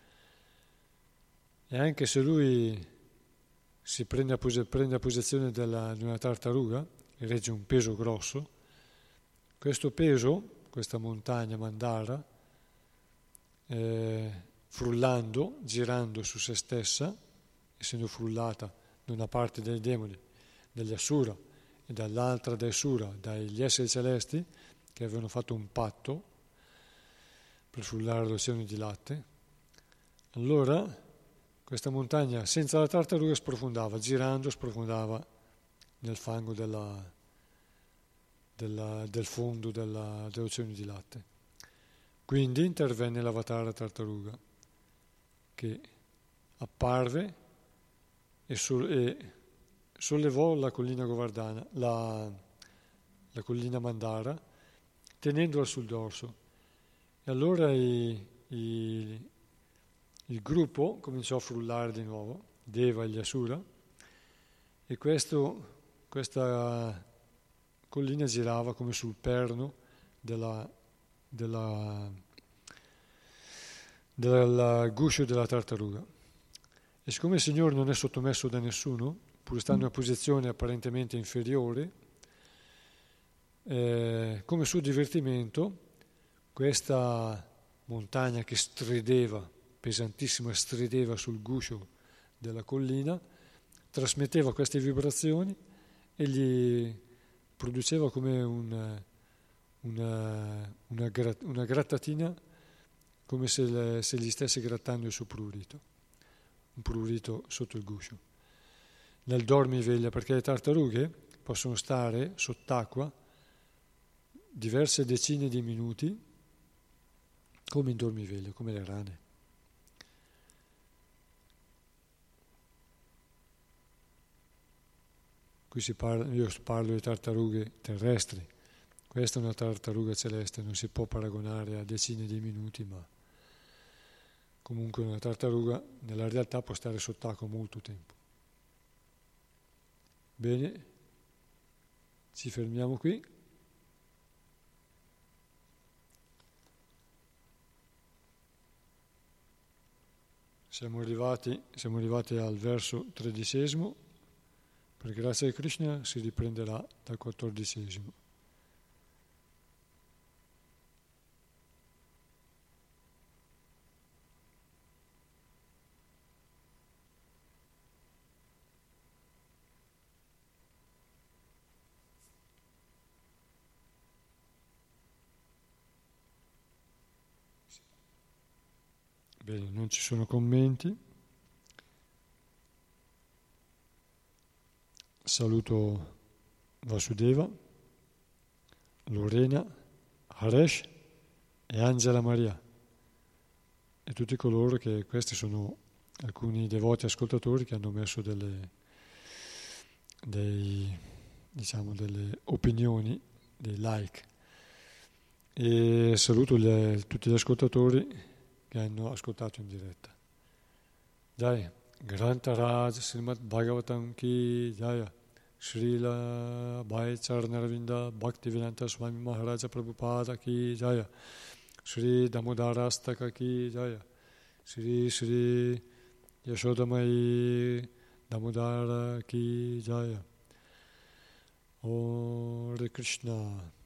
A: E anche se lui si prende a, pos- prende a posizione della, di una tartaruga e regge un peso grosso, questo peso, questa montagna Mandara, eh, frullando, girando su se stessa, essendo frullata da una parte dei demoni, degli Asura, e dall'altra dai Sura, dagli esseri celesti che avevano fatto un patto per frullare l'oceano di latte, allora questa montagna senza la tartaruga sprofondava, girando sprofondava nel fango della, della, del fondo della, dell'oceano di latte. Quindi intervenne l'Avatara tartaruga che apparve e, so, e sollevò la collina Govardhana, la, la collina Mandara, tenendola sul dorso. E allora i, i, il gruppo cominciò a frullare di nuovo, Deva e gli Asura, e questo, questa collina girava come sul perno della, della, del guscio della tartaruga. E siccome il Signore non è sottomesso da nessuno, pur stando in una posizione apparentemente inferiore, eh, come suo divertimento, questa montagna che strideva, pesantissima, strideva sul guscio della collina, trasmetteva queste vibrazioni e gli produceva come una, una, una, una grattatina, come se, le, se gli stesse grattando il suo prurito, un prurito sotto il guscio. Nel dormiveglia, perché le tartarughe possono stare sott'acqua diverse decine di minuti come in dormiveglia, come le rane. Qui si parla, io parlo di tartarughe terrestri, questa è una tartaruga celeste, non si può paragonare a decine di minuti, ma comunque una tartaruga nella realtà può stare sott'acqua molto tempo. Bene, ci fermiamo qui. Siamo arrivati, siamo arrivati al verso tredicesimo, per grazia di Krishna si riprenderà dal quattordicesimo. Bene, non ci sono commenti. Saluto Vasudeva, Lorena, Haresh e Angela Maria e tutti coloro che, questi sono alcuni devoti ascoltatori che hanno messo delle, dei, diciamo, delle opinioni, dei like. E saluto gli, tutti gli ascoltatori che hanno ascoltato in diretta. Jai, Grantaraj Srimad Bhagavatam ki Jaya, Srila Bhai Charnaravinda Bhaktivedanta Swami Maharaja Prabhupada ki Jaya, Sri Damodarastaka ki Jaya, Sri Sri Yashodamai Damodara ki Jaya. Hare Krishna.